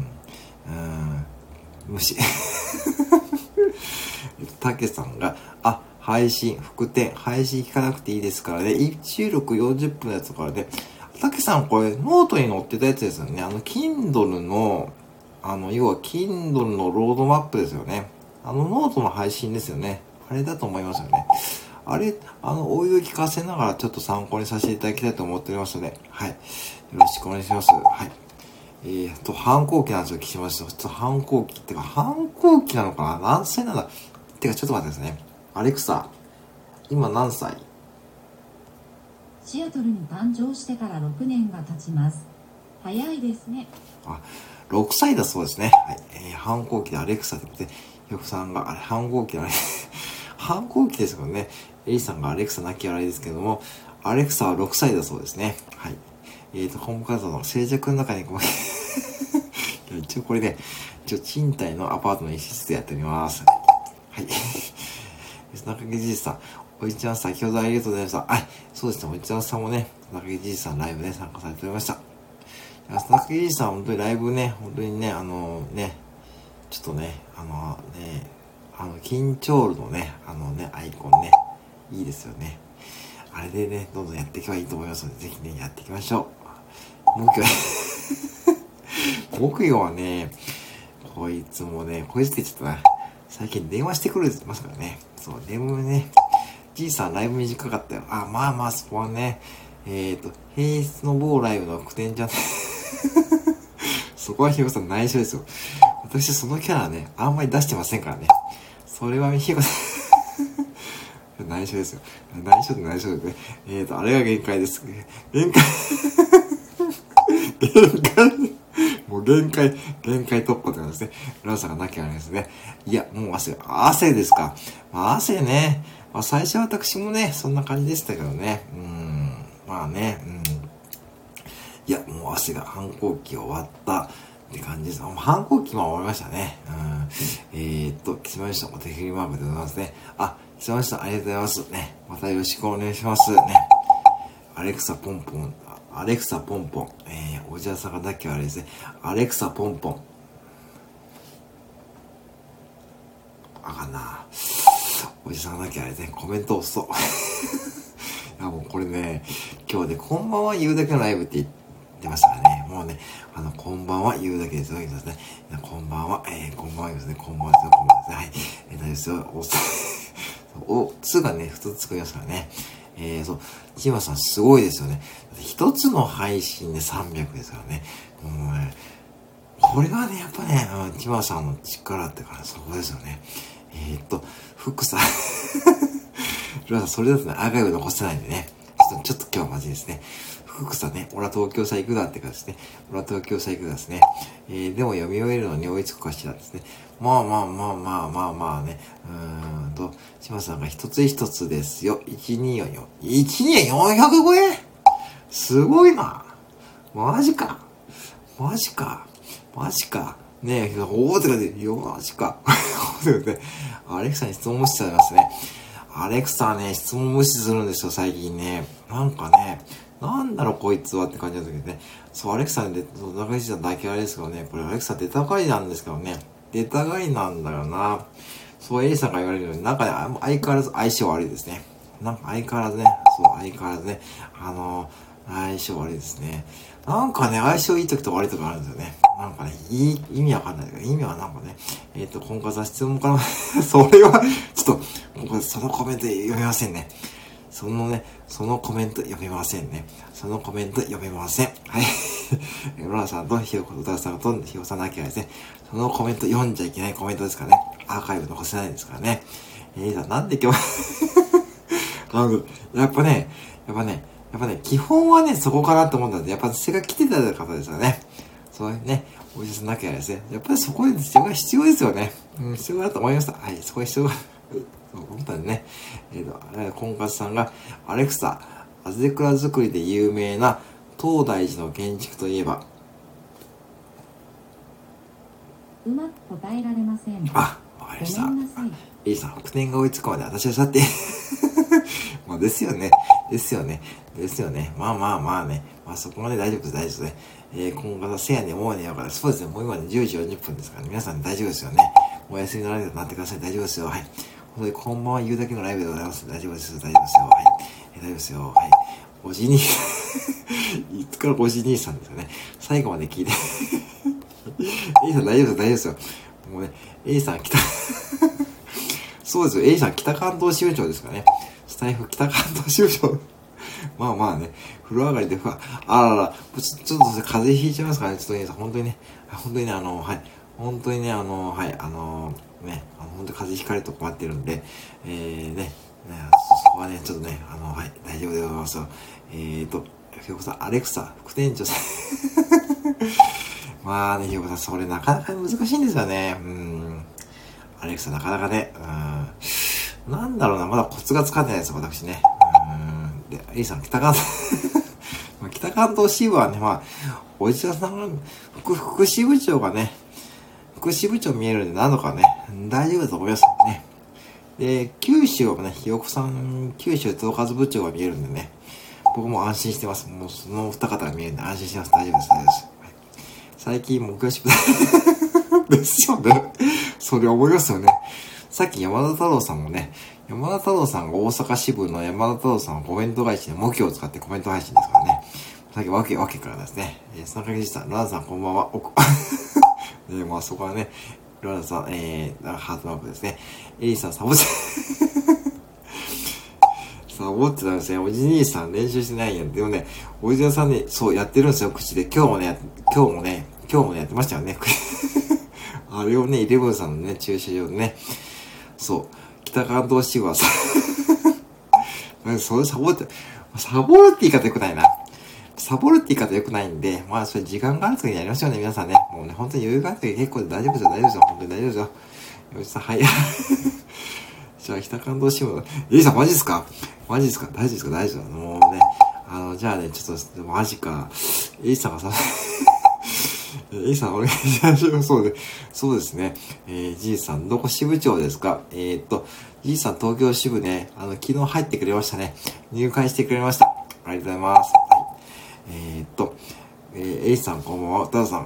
うん、無視。たけさんが、あ、配信、副点、配信聞かなくていいですからね。いち収録よんじゅっぷんのやつからね。たけさんこれノートに載ってたやつですよね。あの、Kindle の、あの、要は Kindle のロードマップですよね。あのノートの配信ですよね。あれだと思いますよね。あれ、あの、お湯を聞かせながらちょっと参考にさせていただきたいと思っておりますので、はい。よろしくお願いします。はい。えーと、反抗期なんですよ、岸本さん。ちょっと反抗期ってか、反抗期なのかな何歳なんだてか、ちょっと待ってですね。アレクサ、今何歳？ シアトルに誕生してからろくねんが経ちます。早いですね。 あ、ろくさいだそうですね。はい。えー、反抗期でアレクサってことで、ひょくさんが、あれ、反抗期だね。反抗期ですよね。エリさんがアレクサなきゃあれですけども、アレクサはろくさいだそうですね。はい。えーと、ホームカードの静寂の中にこう、一応これね、一応賃貸のアパートの一室でやっております。はい。中木じいさん、おじちゃん先ほどありがとうございました。はい。そうですね、おじちゃんさんもね、中木じいさんライブで参加されておりました。中木じいさん本当にライブね、本当にね、あのね、ちょっとね、あのね、あの、緊張のね、あのね、アイコンね、いいですよね。あれでね、どんどんやっていけばいいと思いますので、ぜひね、やっていきましょう。木曜、木曜はね、こいつもね、こいつってちょっとな、最近電話してくるって言ってますからね。そう、電話ね、じいさんライブ短かったよ。あ、まあまあ、そこはね、えっと、平日の某ライブの句点じゃない。そこはひよこさん内緒ですよ。私そのキャラね、あんまり出してませんからね。それはひよこさん、内緒ですよ。内緒で内緒でね。えっと、あれが限界です。限界。限界。もう限界、限界突破って感じですね。ランさんがなきゃあれですね。いや、もう汗、汗ですか。まあ汗ね。まあ最初は私もね、そんな感じでしたけどね。うん。まあね、うん。いや、もう汗が反抗期終わったって感じです。反抗期も終わりましたね。うん。えー、っと、岸本さんお手振りマークでございますね。あ、岸本さんありがとうございます。ね。またよろしくお願いします。ね。アレクサポンポン。アレクサポンポン。えー、おじやさんがだっけあれですね。アレクサポンポン。あかんな。 おじさんだけあれね、コメント押すと。いや、もうこれね、今日で、こんばんは言うだけのライブって言ってましたからね。もうね、あの、こんばんは言うだけですよ。いいですね。こんばんは、えー、こんばんは言うんですね。こんばんはですよ。こんばんはですね。はい。えー、大丈夫ですよ。お、お、つがね、ふつつ作りますからね。えー、そう、チマさんすごいですよね。一つの配信でさんびゃくですからね。もうね、これがね、やっぱね、うん、チマさんの力ってからそこですよね。えー、っと、福さん。ルアさん、それだとね、アーカイブ残せないんでね。ちょっと、ちょっと今日はマジですね。福さんね、俺は東京さ行くなってかですね。俺は東京さ行くなですね。えー、でも読み終えるのに追いつくかしらですね。まあまあまあまあまあまあね。うーんと、島さんが一つ一つですよ。いちにーよんよん。いちにーよんひゃく超えすごいな。マジか。マジか。マジか。ねえ、おーってかで、よ、マジか。アレクサに質問無視されますね。アレクサね、質問無視するんですよ、最近ね。なんかね、なんだろこいつはって感じなんだけどね。そう、アレクサで、そう、中西さんだけあれですけどね、これアレクサ出たがりなんですけどね。出たがりなんだよな。そう、エリさんが言われるように、なんかね、相変わらず相性悪いですね。なんか相変わらずね、そう、相変わらずね、あのー、相性悪いですね。なんかね、相性いい時と悪い時あるんですよね。なんかね、いい、意味わかんないけど、意味はなんかね、えっと、婚活は質問から、それは、ちょっと、ここそのコメント読めませんね。そのね、そのコメント読めませんね。そのコメント読めません。はい。ロラさんとひよこと歌さんとひよさんだけはですね、そのコメント読んじゃいけないコメントですからね。アーカイブ残せないですからね。えー、さん、なんで今日、あの、やっぱね、やっぱね、やっぱね、基本はね、そこかなと思ったんで、やっぱ背が来てた方ですよね。そういうね、おじさんだけはですね、やっぱりそこで必要が必要ですよね。うん、必要だと思いました。はい、そこは必要が、そう思ったんでね。えっ、ー、と、婚活さんが、アレクサ、アゼクラ作りで有名な東大寺の建築といえば、 うまく答えられません。 あ、わかりました。 ごめんなさい。 エイさん、北点が追いつくまで私は去って。まあですよね。ですよね。ですよね。まあまあまあね。まあそこまで大丈夫です、大丈夫ですね。えー、今後のせやね、もうね、やから、そうですね。もう今ね、じゅうじよんじゅっぷんですから、ね、皆さん大丈夫ですよね。お休みのライブになってください。大丈夫ですよ。はい。本当にこんばんは言うだけのライブでございます。大丈夫です。大丈夫ですよ。はい。えー、大丈夫ですよ。はい。おじに、いつからおじ兄さんですよね。最後まで聞いて。エイさん大丈夫です、大丈夫ですよ。もうね、エイさん来た。そうですよ。A さん、北関東支部長ですからね。スタイフ北関東支部長。まあまあね、風呂上がりで、ふわ、あらら、ちょちょっと風邪ひいちゃいますからね。ちょっとね、本当にね、本当にね、あの、はい、本当にね、あの、はい、あの、ね、あの本当に風邪ひかれると困ってるんで、えー、ね、ね、そこはね、ちょっとね、あの、はい、大丈夫でございますよ。えーと、ひよこさん、アレクサ、副店長さん。まあね、ひよこさん、それなかなか難しいんですよね。うん。アレクサなかなかね、うん、なんだろうな、まだコツがつかんでないですよ、私ね。うん、で、エイさん、北関東、北関東支部はね、まあ、おじさんが、副、副支部長がね、副支部長見えるんで、なのかね、大丈夫だと思いますよね。で、九州はね、ひよこさん、九州統括部長が見えるんでね、僕も安心してます。もう、その二方が見えるんで安心してます。大丈夫です、大丈夫です。最近、目標支部、ですよね。それ思いますよね。さっき山田太郎さんもね、山田太郎さんが大阪支部の山田太郎さんのコメント返しで模型を使ってコメント配信ですからね。さっきわけわけからですね。えー、そのかげじさん、ランさんこんばんは。おこえー、まあそこはね、ランさん、えー、ハートマークですね。エリーさん、サボって、サボってたんですね。おじ兄さん練習してないやん。でもね、おじさんね、そうやってるんですよ、口で。今日もね、今日もね、今日もね、やってましたよね。あれをね、イレブンさんのね、駐車場でね、そう、北関東支部はさ、それサボって、サボるって言い方良くないな。サボるって言い方良くないんで、まあ、それ時間がある時にやりましょうね、皆さんね。もうね、本当に余裕がある時結構で大丈夫ですよ、大丈夫ですよ、本当に大丈夫ですよ。よしさん、はい。じゃあ、北関東支部の、エリさん、マジですかマジですか大丈夫ですか大丈夫ですかもうね、あの、じゃあね、ちょっと、マジか。エリさんがさ、エイさん、お願いします。そうで、そうですね。えー、じいさん、どこ支部長ですかえー、っと、じいさん、東京支部ね、あの、昨日入ってくれましたね。入会してくれました。ありがとうございます。はい、えー、っと、えー、エイさん、こんばんは。タダさん、あ、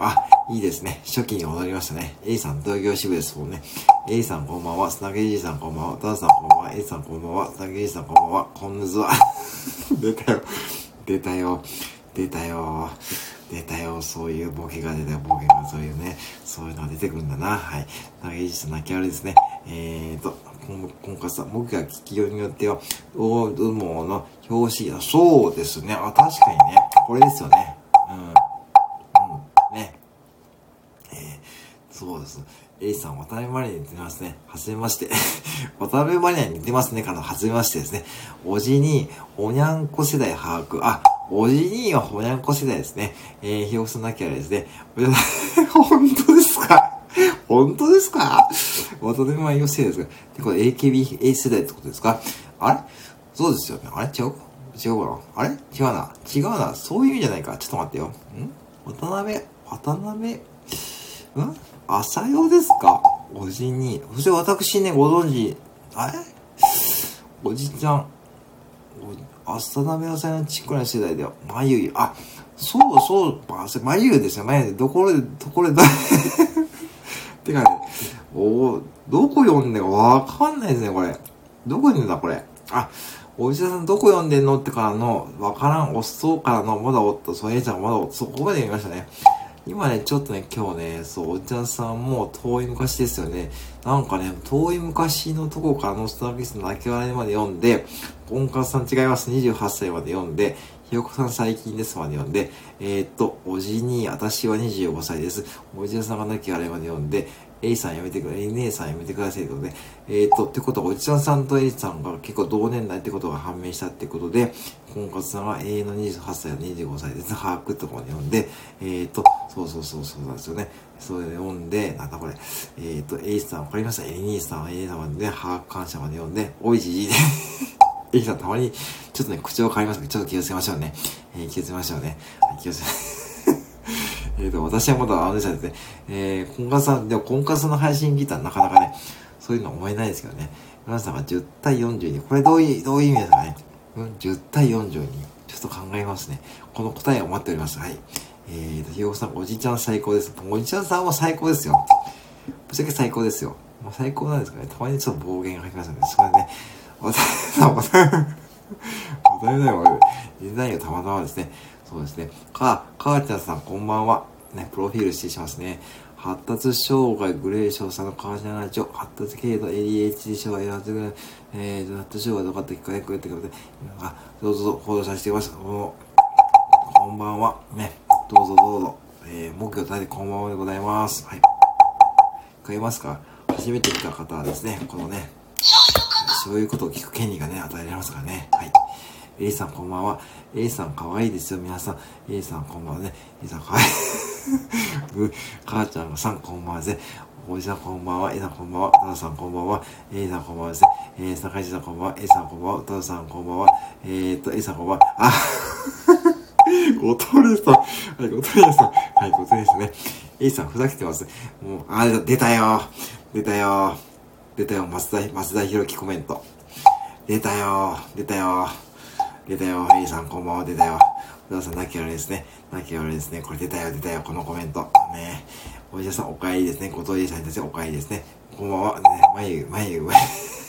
いいですね。初期に戻りましたね。A さん、東京支部ですもんね。A さんこんばんは。スナゲジーさんこんばんは。ダーさんこんばんは。A さんこんばんは。スナゲジーさんこんばんは。こんぬずは。出たよ。出たよ。出たよ。出たよ。そういうボケが出たよ。ボケがそういうね。そういうのが出てくるんだな。はい。スナゲジーさん泣きあれですね。えーと、今回さ、僕が聞きようによっては、大相撲の表紙、そうですね。あ、確かにね。これですよね。うん。うん。ね。えー、そうです。A さん、渡辺マリアに似てますね。はじめまして。渡辺マリアに似てますね。からの、はじめましてですね。おじに、おにゃんこ世代把握。あ、おじにはおにゃんこ世代ですね。えー、ひよこさんなきゃですね。本当ですか本当ですか渡辺マリア世代ですかってこれ エーケービー 世代ってことですかあれそうですよね。あれ違う違うかなあれ違うな。違うな。そういう意味じゃないか。ちょっと待ってよ。ん渡辺、渡辺、ん朝代ですかおじに。そして私ね、ご存知、あれおじちゃん。浅田めおさんのちっこな世代では、まゆゆ。あ、そうそう、まゆゆですよ。まゆゆ。どこで、どこで、どてかね、おどこ読んでんかわかんないですね、これ。どこ読んでんだ、これ。あ、おじさんどこ読んでんのってからの、わからん、おっそうからの、まだおっと、そう、えいちゃんまだおっと、そこまで読みましたね。今ね、ちょっとね、今日ね、そう、おじさんさんも遠い昔ですよね。なんかね、遠い昔のとこからノスタルギストの泣き笑いまで読んで、コンカスさん違います。にじゅうはっさいまで読んで、ひよこさん最近ですまで読んで、えー、っと、おじに、私はにじゅうごさいです。おじさんが泣き笑いまで読んで、A さんやめてください。姉さんやめてください。ということで、えー、っと、ってことは、おじちゃんさんと A さんが結構同年代ってことが判明したってことで、コンカツさんは永遠のにじゅうはっさいとにじゅうごさいです。把握ってところで読んで、えー、っと、そうそうそうそうなんですよね。それで読んで、なんだこれ、えー、っと、A さんわかりました ?A にさんは A さんまでね、把握感謝まで読んで、おいじじいで。A さんたまに、ちょっとね、口を変えますけど、ちょっと気をつけましょうね。えー、気をつけましょうね。はい、気をつけえっと、私はまだあのでしたですね。えー、コンカツさん、でもコンカツさんの配信ギターなかなかね、そういうの思えないですけどね。皆さんがじゅうたいよんじゅうに、これどういう、どういう意味ですかね。うん、じゅうたいよんじゅうに。ちょっと考えますね。この答えを待っております。はい。えーと、ひよこさん、おじちゃん最高です。おじちゃんさんは最高ですよ。ぶっちゃけ最高ですよ。もう最高なんですかね。たまにちょっと暴言が入ってますので、それでね、おたさん、おたさん、おたさんよ、デザインがたまたまですね。そうですね。か、かーちゃんさん、こんばんは。ね、プロフィールしてしますね。発達障害、グレーションさんのかーちゃんラジオ、発達軽度、エーディーエイチディー 障害、発達、えー、発達障害どうかって聞かれてくれってことで、あ、どうぞどうぞ、報道させてください。こんばんは。ね、どうぞどうぞ。えー、木魚大でこんばんはでございます。はい。聞こえますか？初めて来た方はですね、このね、そういうことを聞く権利がね、与えられますからね。はい。A さんこんばんは。A さんかわいいですよ、皆さん。A さんこんばんはね。A さんかわいい。ぐ、母ちゃんさんこんばんはですね。おじさんこんばんは。A さんこんばんは。たださんこんばんは。A さんこんばんはですね。えー、坂井さんこんばんは。A さんこんばんは。たださんこんばんは。えーと、A さんこんばんは。あごとれさん。はい、ごとれさん。はい、ごとれですね。A さんふざけてます。もう、あ、出たよ。出たよ。出たよ。松田、松田博樹コメント。出たよ。出たよ。出たよ。A さんこんばんは。出たよ。小田さん、泣き笑いですね。泣き笑いですね。これ出たよ。出たよ。このコメント。ね。おじさん、お帰りですね。ごとりさんに対してお帰りですね。こんばんは。ね、まゆ、まゆ、まゆ。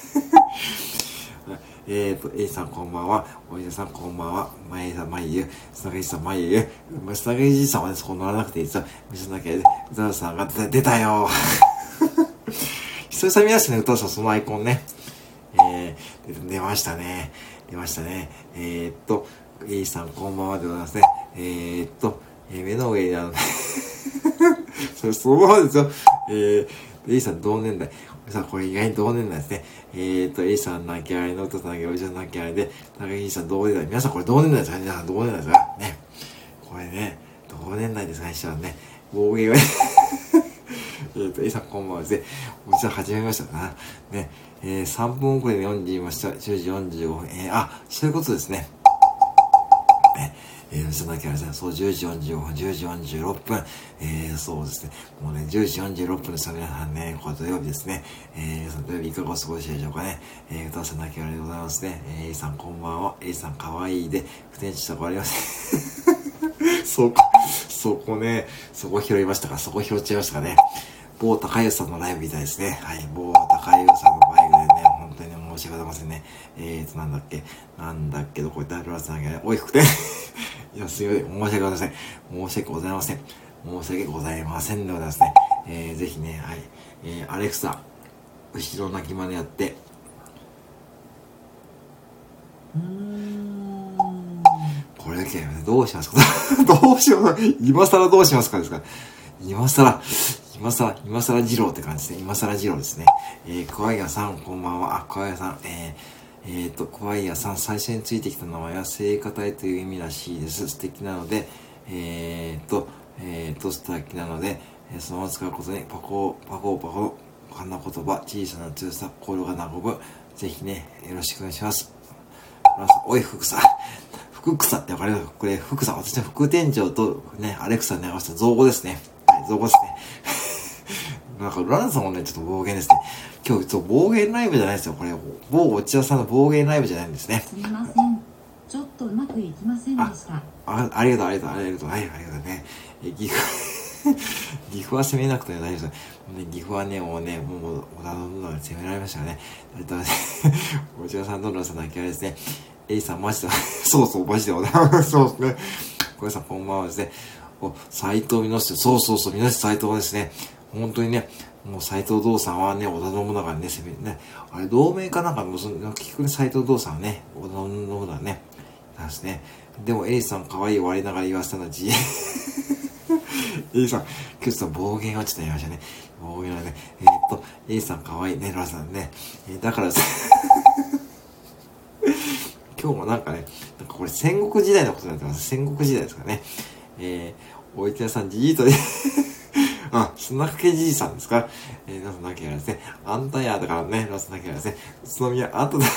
えーと、A さんこんばんは。おじさんこんばんは。まゆさん、まゆ、すなげじさん、まゆ。すなげじさんはね、そこ乗らなくていいですよ。みそなきゃで、ザラさんが出たよ。久々見ましたね、歌さん、そのアイコンね。えー、出ましたね。出ましたね。えー、っと、A さんこんばんはでございますね。えー、っと、えー、目の上にあの、それそのままですよ。えー、A さん同年代。さんこれ意外に同年代ですね。えー、っと、A さん泣き笑いの歌さん泣き笑い、おじさん泣き笑いで、高木さん同年代。皆さんこれ同年代ですか？皆さん同年代ですかね。これね、同年代ですかね、一緒はね。暴言がね。えっと、A さんこんばんはですね。おじさん始めましたかな。ね。えー、さんぷん遅れで読んでいました。じゅうじよんじゅうごふん。えー、あ、そういうことですね。ね。えー、そんなきゃですね。そう、じゅうじよんじゅうごふん、じゅうじよんじゅうろっぷん。えー、そうですね。もうね、じゅうじよんじゅうろっぷんですよ、皆さんね。これ土曜日ですね。えー、皆さん土曜日いかがお過ごしでしょうかね。えー、歌わせなきゃでございますね。えー、A さんこんばんは。A さんかわいいで、不天地とかありません。そうか。 そこね、そこ拾いましたか、そこ拾っちゃいましたかね。某高湯さんのライブみたいですね。はい、某高湯さんのバイクでね、本当にね、申し訳ございませんね。えーと、なんだっけ、なんだっけど、これ誰らさんがね、おいふくて。いや、すいません。申し訳ございません。申し訳ございません。申し訳ございませんでございますね。えー、ぜひね、はい。えー、アレクサ、後ろ泣きまでやって、うーん、これだけどうしますかどうしよう今更どうしますかですか今更、今更、今更二郎って感じですね。今更二郎ですね。えー、小谷さん、こんばんは。あ、小谷さん、えー、えーと、小谷さん、最初についてきた名前は聖歌隊という意味らしいです。素敵なので、えーと、えーと、素敵なので、そのまま使うことに、パコー、パコー、パコー、こんな言葉、小さな強さ、心が和む。ぜひね、よろしくお願いします。おい、福さ。福草ってわかりますか？これ、福さ。私は副店長とね、アレクサに合わせた造語ですね。はい、造語ですね。なんか、ランさんもね、ちょっと暴言ですね。今日、ちょっと暴言ライブじゃないですよ。これ、某おちわさんの暴言ライブじゃないんですね。 すみません。ちょっとうまくいきませんでした。あ、 あ、ありがとう、ありがとう、ありがとう。はい、ありがとうね。え、岐阜、岐阜は攻めなくて大丈夫です。ね、岐阜はね、もうね、もう、小田の部分が攻められましたからね。ありがとうございます。おちわさん、どんどんさんの諦めですね。エイさん、マジで、そうそう、マジで、そうですね。小林さん、こんばんはですね。お、斎藤みのし、そうそうそう、みのし斎藤ですね。本当にね、もう斎藤道さんはね、織田信長にね、攻め、ね、あれ、同盟かなんか、もうその、結局ね、斎藤道さんはね、織田信長ね、なんですね。でも、エイさん、可愛い割りながら言わせたのは自衛。エイさん、今日ちょっと暴言がちょっと言いましたね。暴言はね、えー、っと、エイさん、可愛いね、ロラさんね。えー、だからさ、今日もなんかね、なんかこれ戦国時代のことになってます。戦国時代ですかね。えー、おいてやさん、じじいとね、あ、スナッケじじさんですか？えー、なすなきゃですね。あんたやだからね、なすなきゃですね。宇都宮、あんただ。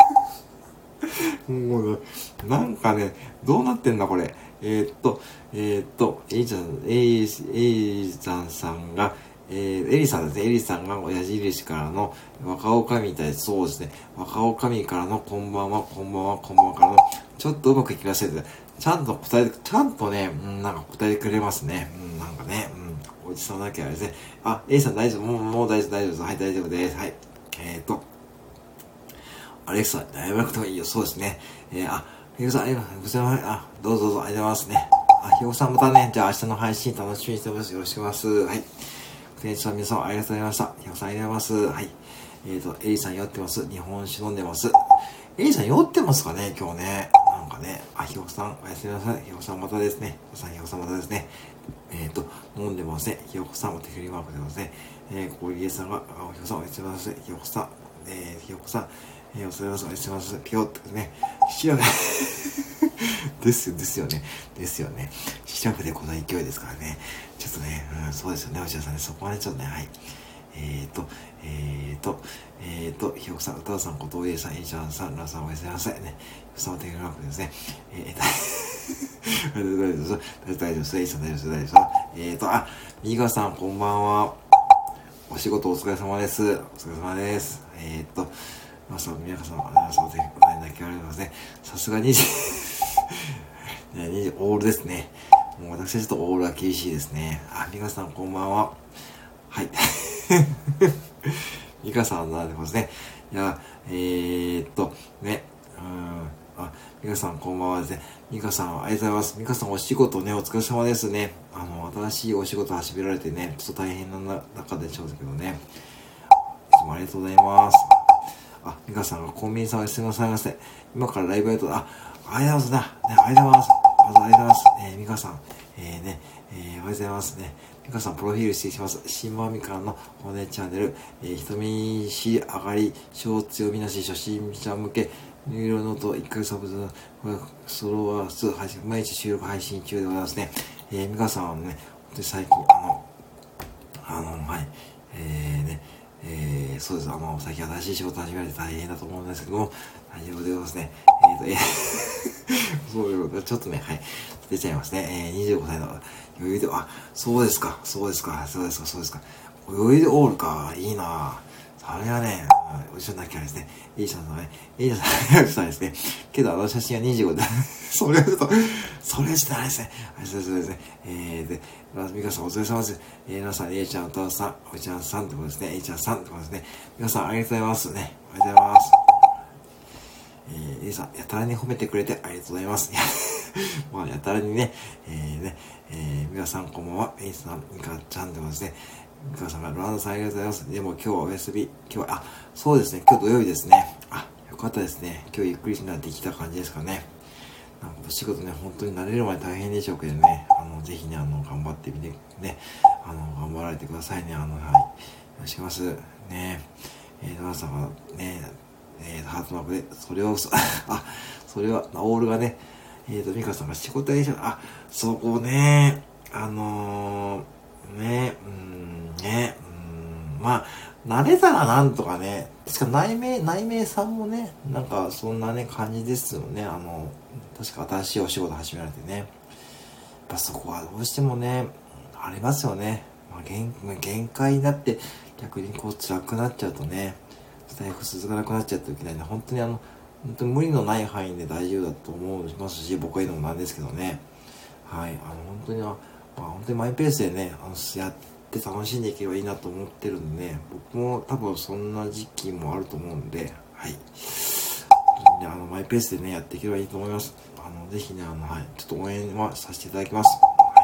もう、なんかね、どうなってんだこれ。えー、っと、えー、っと、えいちゃん、えい、えいちゃんさんが、えー、エリさんですね。エリさんが矢印からの若女将みたいです。そうですね。若女将からのこんばんは、こんばんは、こんばんはからの、ちょっとうまくいきません。ちゃんと答えて、ちゃんとね、うん、なんか答えてくれますね。うん、なんかね、うん、おじさんだけはですね。あ、エリさん大丈夫、もう、もう大丈夫、大丈夫です。はい、大丈夫です。はい。えー、っと、アレクサ、やめなくてもいいよ。そうですね。えー、あ、ひよこさん、ありがとうございます。あ、どうぞどうぞ、ありがとうございますね。あ、ひよこさんまたね、じゃあ明日の配信楽しみにしてます。よろしくお願いします。はい。店長さん、皆さんありがとうございました。ひよこさんありがとうございます。はい。えーと、エリさん酔ってます。日本酒飲んでます。エリさん酔ってますかね今日ね。なんかね。あ、ひよこさん、おやすみなさい。ひよこさんまたですね。ひよこさん、ひよこさんまたですね。えーと、飲んでません。ひよこさん、お手振りマークでますね。えー、ここりえさんが、あ、ひよこさん、おやすみなさい。ひよこさん、えー、ひよこさん、えー、おすみません。おやすみなさい。ぴよってね。ひよね。ですよ、ですよね。ですよね。シラフでこの勢いですからね。ちょっとね、うん、そうですよね、内田さんね。そこはね、ちょっとね、はい。えーと、えーと、えーと、ひよこさん、歌田さん、ことおいえさん、えいちゃんさん、らさん、おやすみなさいね。ふさまてくなくですね。えーと、大丈夫です。大丈夫です。えいさん、大丈夫です。大丈夫です。えーと、あ、みがさん、こんばんは。お仕事お疲れ様です。お疲れ様です。えーと、まさ、みやかさん、ありがとうございますね。さすがにじ、ね、にじ、オールですね。もう私はちょっとオールは厳しいですね。あ、みかさんこんばんは。はい。みかさんなんでますね。いや、えー、っと、ね、うん、あ、みかさんこんばんはですね。みかさんありがとうございます。みかさんお仕事ね、お疲れ様ですね。あの、新しいお仕事始められてね、ちょっと大変な中でしょうけどね。いつもありがとうございます。あ、みかさんがコンビニさんですみません。今からライブやると、あ、ありがとうございます。ね、ありがとうございます。まずありがとうございます。えー、みかさん、えー、ね、えー、おはようございますね。みかさん、プロフィールしていきます。新マみかんの骨チャンネル、えー、人見知り上がり、小強みなし、初心者向け、ニューロノートいっかげつサブズのソロワース配信、毎日収録配信中でございますね。えー、みかさんはね、本当に最近、あの、あの、はい、えー、ね、えー、そうです。あの、最近新しい仕事始められて大変だと思うんですけども、大丈夫でございますね。えーと、えー、そういうことで、ちょっとね、はい、出ちゃいますね。えー、にじゅうごさいの余裕で、あ、そうですか、そうですか、そうですか、そうですか。余裕でオールか、いいなぁ。 それはね、おじさんだけはですね、エイさんのね、エイさんさんですね、けどあの写真はにじゅうごで、それはちょっと、それはちょっとあれですね、はい、そうですね、えー、で、ミカさんお疲れ様です。えー、皆さん、エイちゃん、お父さん、おいちゃんさんってことですね、エイちゃんさんってことですね、皆さんありがとうございますね、ありがとうございます。えー、エイさん、やたらに褒めてくれてありがとうございます。まあ、やたらにね、えー、ね、えー、皆さんこんばんは、エイさん、ミカちゃんってことですね、ミカさんが、ロナンドさんありがとうございます。でも今日はお休み、今日は、あ、そうですね、今日土曜日ですね。あ、よかったですね。今日ゆっくりしなってきた感じですかね。なんかお仕事ね、本当に慣れるまで大変でしょうけどね、あの、ぜひね、あの、頑張ってみて、ね、あの、頑張られてくださいね、あの、はい。よろしくお願いします。ね、えー、ロナンドさんがね、えー、ハートマークで、それを、あ、それは、オールがね、えーと、ミカさんが仕事でしょ、あ、そこね、あのー、ね、うん、ね、うん、まあ、慣れたらなんとかね、確か内命、内命さんもね、なんかそんなね、感じですよね、あの、確か新しいお仕事始められてね。やっぱそこはどうしてもね、ありますよね。まあ、限, 限界になって逆にこう辛くなっちゃうとね、スタイフ続かなくなっちゃうといけないね、本当にあの、本当に無理のない範囲で大丈夫だと思いますし、僕は言うのもなんですけどね。はい。あの、本当に、まあ、本当にマイペースでね、あの、やって楽しんでいけばいいなと思ってるんでね、僕も多分そんな時期もあると思うんで、はい。あの、マイペースでね、やっていけばいいと思います。あの、ぜひね、あの、はい。ちょっと応援はさせていただきます。はい。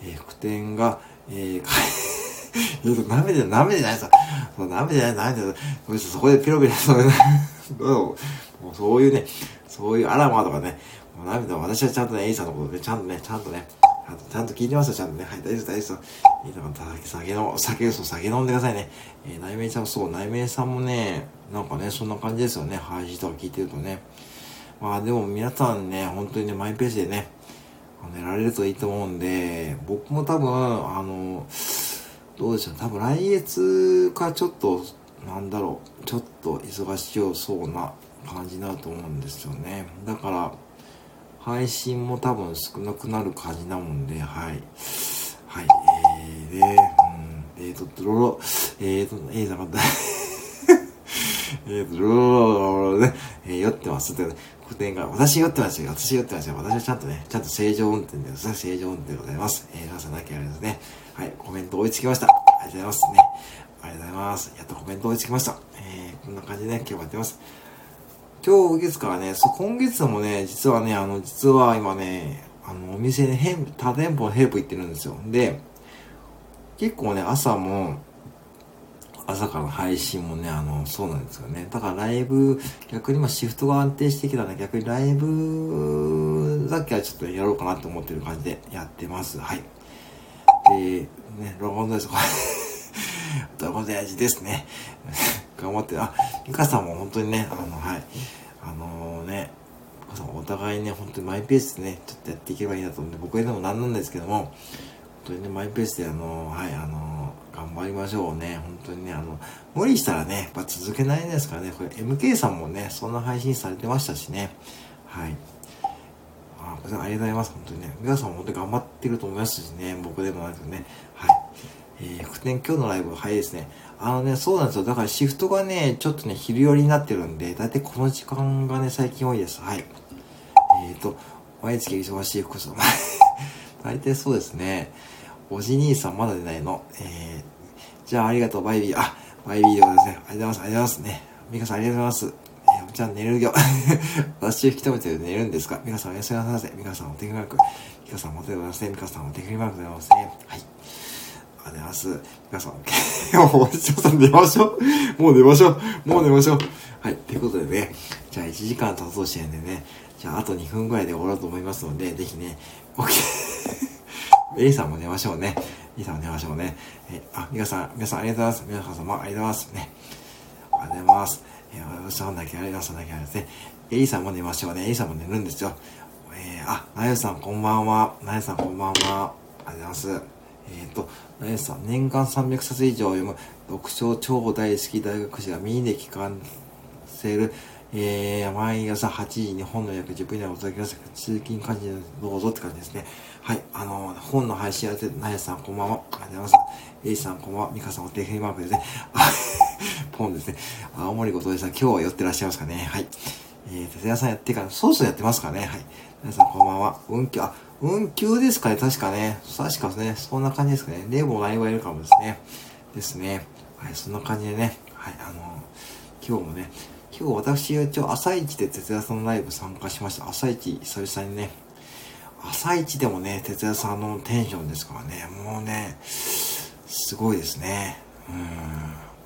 えー、副店が、えー、舐めてない、舐めてないさ。舐めてない、舐めてない。そこでピロピロ、それもうそういうね、そういうアラマとかね、もう涙、私はちゃんとね、エイさんのことで、ちゃんとね、ちゃんとね、ちゃんと、ちゃんと聞いてますよ、ちゃんとね。はい、大丈夫です、大丈夫ですよ。いいのかな、酒の、酒、そう、酒飲んでくださいね。えー、内面さん、そう、内面さんもね、なんかね、そんな感じですよね。配信とか聞いてるとね。まあでも皆さんね、本当にね、マイペースでね、寝られるといいと思うんで、僕も多分、あの、どうでしょう、多分来月かちょっと、なんだろう、ちょっと忙しそうな感じになると思うんですよね。だから、配信も多分少なくなる感じなもんで、はい。はい、えー、で、うん、えーと、ドロロ、えーと、えーと、えーと、ドロロロね、えー、酔ってますって、古典が、私酔ってますよ、私酔ってますよ、私はちゃんとね、ちゃんと正常運転でございます。正常運転でございます。えー、皆さんだけあれですね。はい、コメント追いつきました。ありがとうございますね。ありがとうございます。やっとコメント追いつきました。えー、こんな感じでね、今日もやってます。今日月からね、そう、今月もね、実はね、あの、実は今ね、あの、お店にヘン他店舗のヘルプ行ってるんですよ。で、結構ね、朝も、朝からの配信もね、あの、そうなんですよね。だからライブ、逆に今シフトが安定してきたんで、逆にライブだけはちょっとやろうかなと思ってる感じでやってます。はい。で、ね、ロゴンドです。ドラゴンデージですね。頑張って、あ、ミカさんも本当にね、あの、はい。あのー、ね、ミカさんお互いね、本当にマイペースでね、ちょっとやっていけばいいなと思うんで、僕でもなんなんですけども、本当にね、マイペースで、あのー、はい、あのー、頑張りましょうね。本当にね、あの、無理したらね、やっぱ続けないですからね、これ エムケー さんもね、そんな配信されてましたしね。はい。あ、ありがとうございます。本当にね。皆さんも本当に頑張ってると思いますしね、僕でもないですね。はい。えー、副店今日のライブは早いですね。あのね、そうなんですよ。だからシフトがね、ちょっとね、昼寄りになってるんで、だいたいこの時間がね、最近多いです。はい。えーと、毎月忙しい服装。大体そうですね。おじ兄さんまだ出ないの。えー、じゃあありがとう、バイビー。あ、バイビーでございますね。ありがとうございます。ありがとうございますね。ミカさんありがとうございます。えー、おちゃん寝るよ。私を引き止めて寝るんですか？ミカさんおやすみなさい。ミカさんお手振りマーク。ミカさんお手振りマーク。ミカさんお手振りマークでございますね。はい。ありがとうございます。皆さん、おじさん寝ましょう。もう寝ましょう。もう寝ましょう。はい。ということでね、じゃあいちじかん経とうとしてるんでね、じゃああとにふんぐらいで終わろうと思いますので、ぜひね、OK。エイさんも寝ましょうね。エイさんも寝ましょうね。えあ、皆さん、皆さんありがとうございます。皆さんもありがとうございますね。ありがとうございます。えー、さんだけありがとうございます。ね。エイさんも寝ましょうね。エイさんも寝るんですよ。えー、あ、なゆさんこんばんは。なゆさんこんばんは。ありがとうございます。えっ、ー、と、なゆさん、年間さんびゃくさつ以上読む、読書超大好き大学士が耳で聞かせる、えー、毎朝はちじに本の約じゅっぷん以内お届けください。通勤感じでどうぞって感じですね。はい、あのー、本の配信やってるなゆさんこんばんは。ありがとうございます。えいさんこんばんは。みかさんお手振りマークですね。 ポンですね。青森ごとでさん、今日は寄ってらっしゃいますかね。はい。えー、哲也さんやってから、そろそろやってますかね。はい。皆さんこんばんは。運休、あ、運休ですかね。確かね。確かね。そんな感じですかね。レイもライブやるかもですね。ですね。はい。そんな感じでね。はい。あのー、今日もね、今日私、一応朝一で哲也さんのライブ参加しました。朝一、久々にね。朝一でもね、哲也さんのテンションですからね。もうね、すごいですね。うん。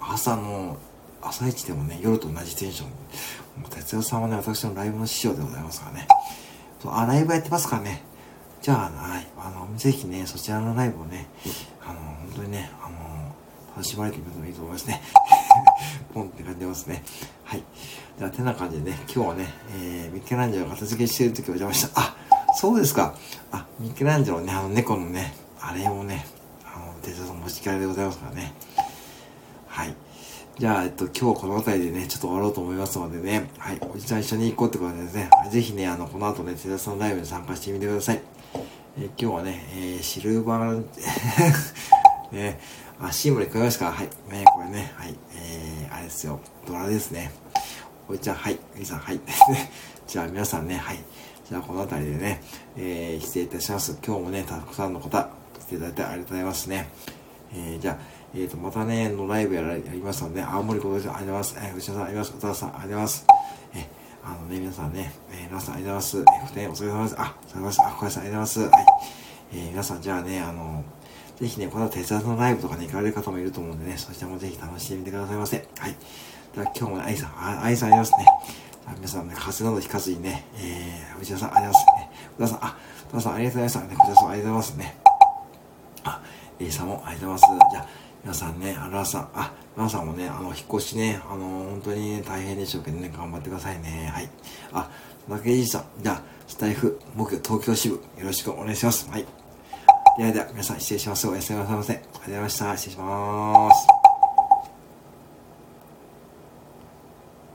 朝の、朝一でもね、夜と同じテンション。もう哲也さんはね、私のライブの師匠でございますからね。あ、ライブやってますからね。じゃあ、はい。あの、ぜひね、そちらのライブをね、あの、本当にね、あの、楽しまれてみるのもいいと思いますね。ポンって感じますね。はい。では、てな感じでね、今日はね、えー、ミケランジェロが片付けしてるときお邪魔した。あ、そうですか。あ、ミケランジェロね、あの猫のね、あれもね、あの、哲也さん持ち帰りでございますからね。はい。じゃあ、えっと、今日この辺りでね、ちょっと終わろうと思いますのでね、はい、おじちゃん一緒に行こうってことでですね、ぜひね、あの、この後ね、哲也さんのライブに参加してみてください。えー、今日はね、えー、シルバー、ね、あ、シームで買いましたか？はい。ね、これね、はい、えー、あれですよ、ドラですね。おじちゃん、はい、リさん、はい。じゃあ、皆さんね、はい。じゃあ、この辺りでね、えー、失礼いたします。今日もね、たくさんの方、来ていただいてありがとうございますね。えー、じゃあ、えーと、またね、のライブやらやりますので、青森ことでありがとうございます。えー、藤田さんありがとうございます。歌田さんありがとうございます。えー、あのね、皆さんね、えー、皆さんありがとうございます。えー、ふたりお疲れ様です。あ、お疲れ様です。あ、小林さんありがとうございます。はい。えー、皆さん、じゃあね、あの、ぜひね、この哲也さんのライブとかね、行かれる方もいると思うんでね、そちらもぜひ楽しんでみてくださいませ。はい。では、今日もね、愛さん、あ、愛さんありますね。皆さんね、風邪などひかずにね、えー、藤田さんありがとうございますね。宇田さん、あ、宇田さんありがとうございます。ね、藤田さんありがとうございますね。あ、エイさんもありがとうございます。じゃあ、皆さんね、あらさん、あ、皆さんもね、あの、引っ越しね、あの、本当に、ね、大変でしょうけどね、頑張ってくださいね。はい。あ、竹井さん、じゃあ、スタイフ、僕、東京支部、よろしくお願いします。はい。ではでは、皆さん失礼します。おやすみなさいませ。ありがとうございました。失礼します。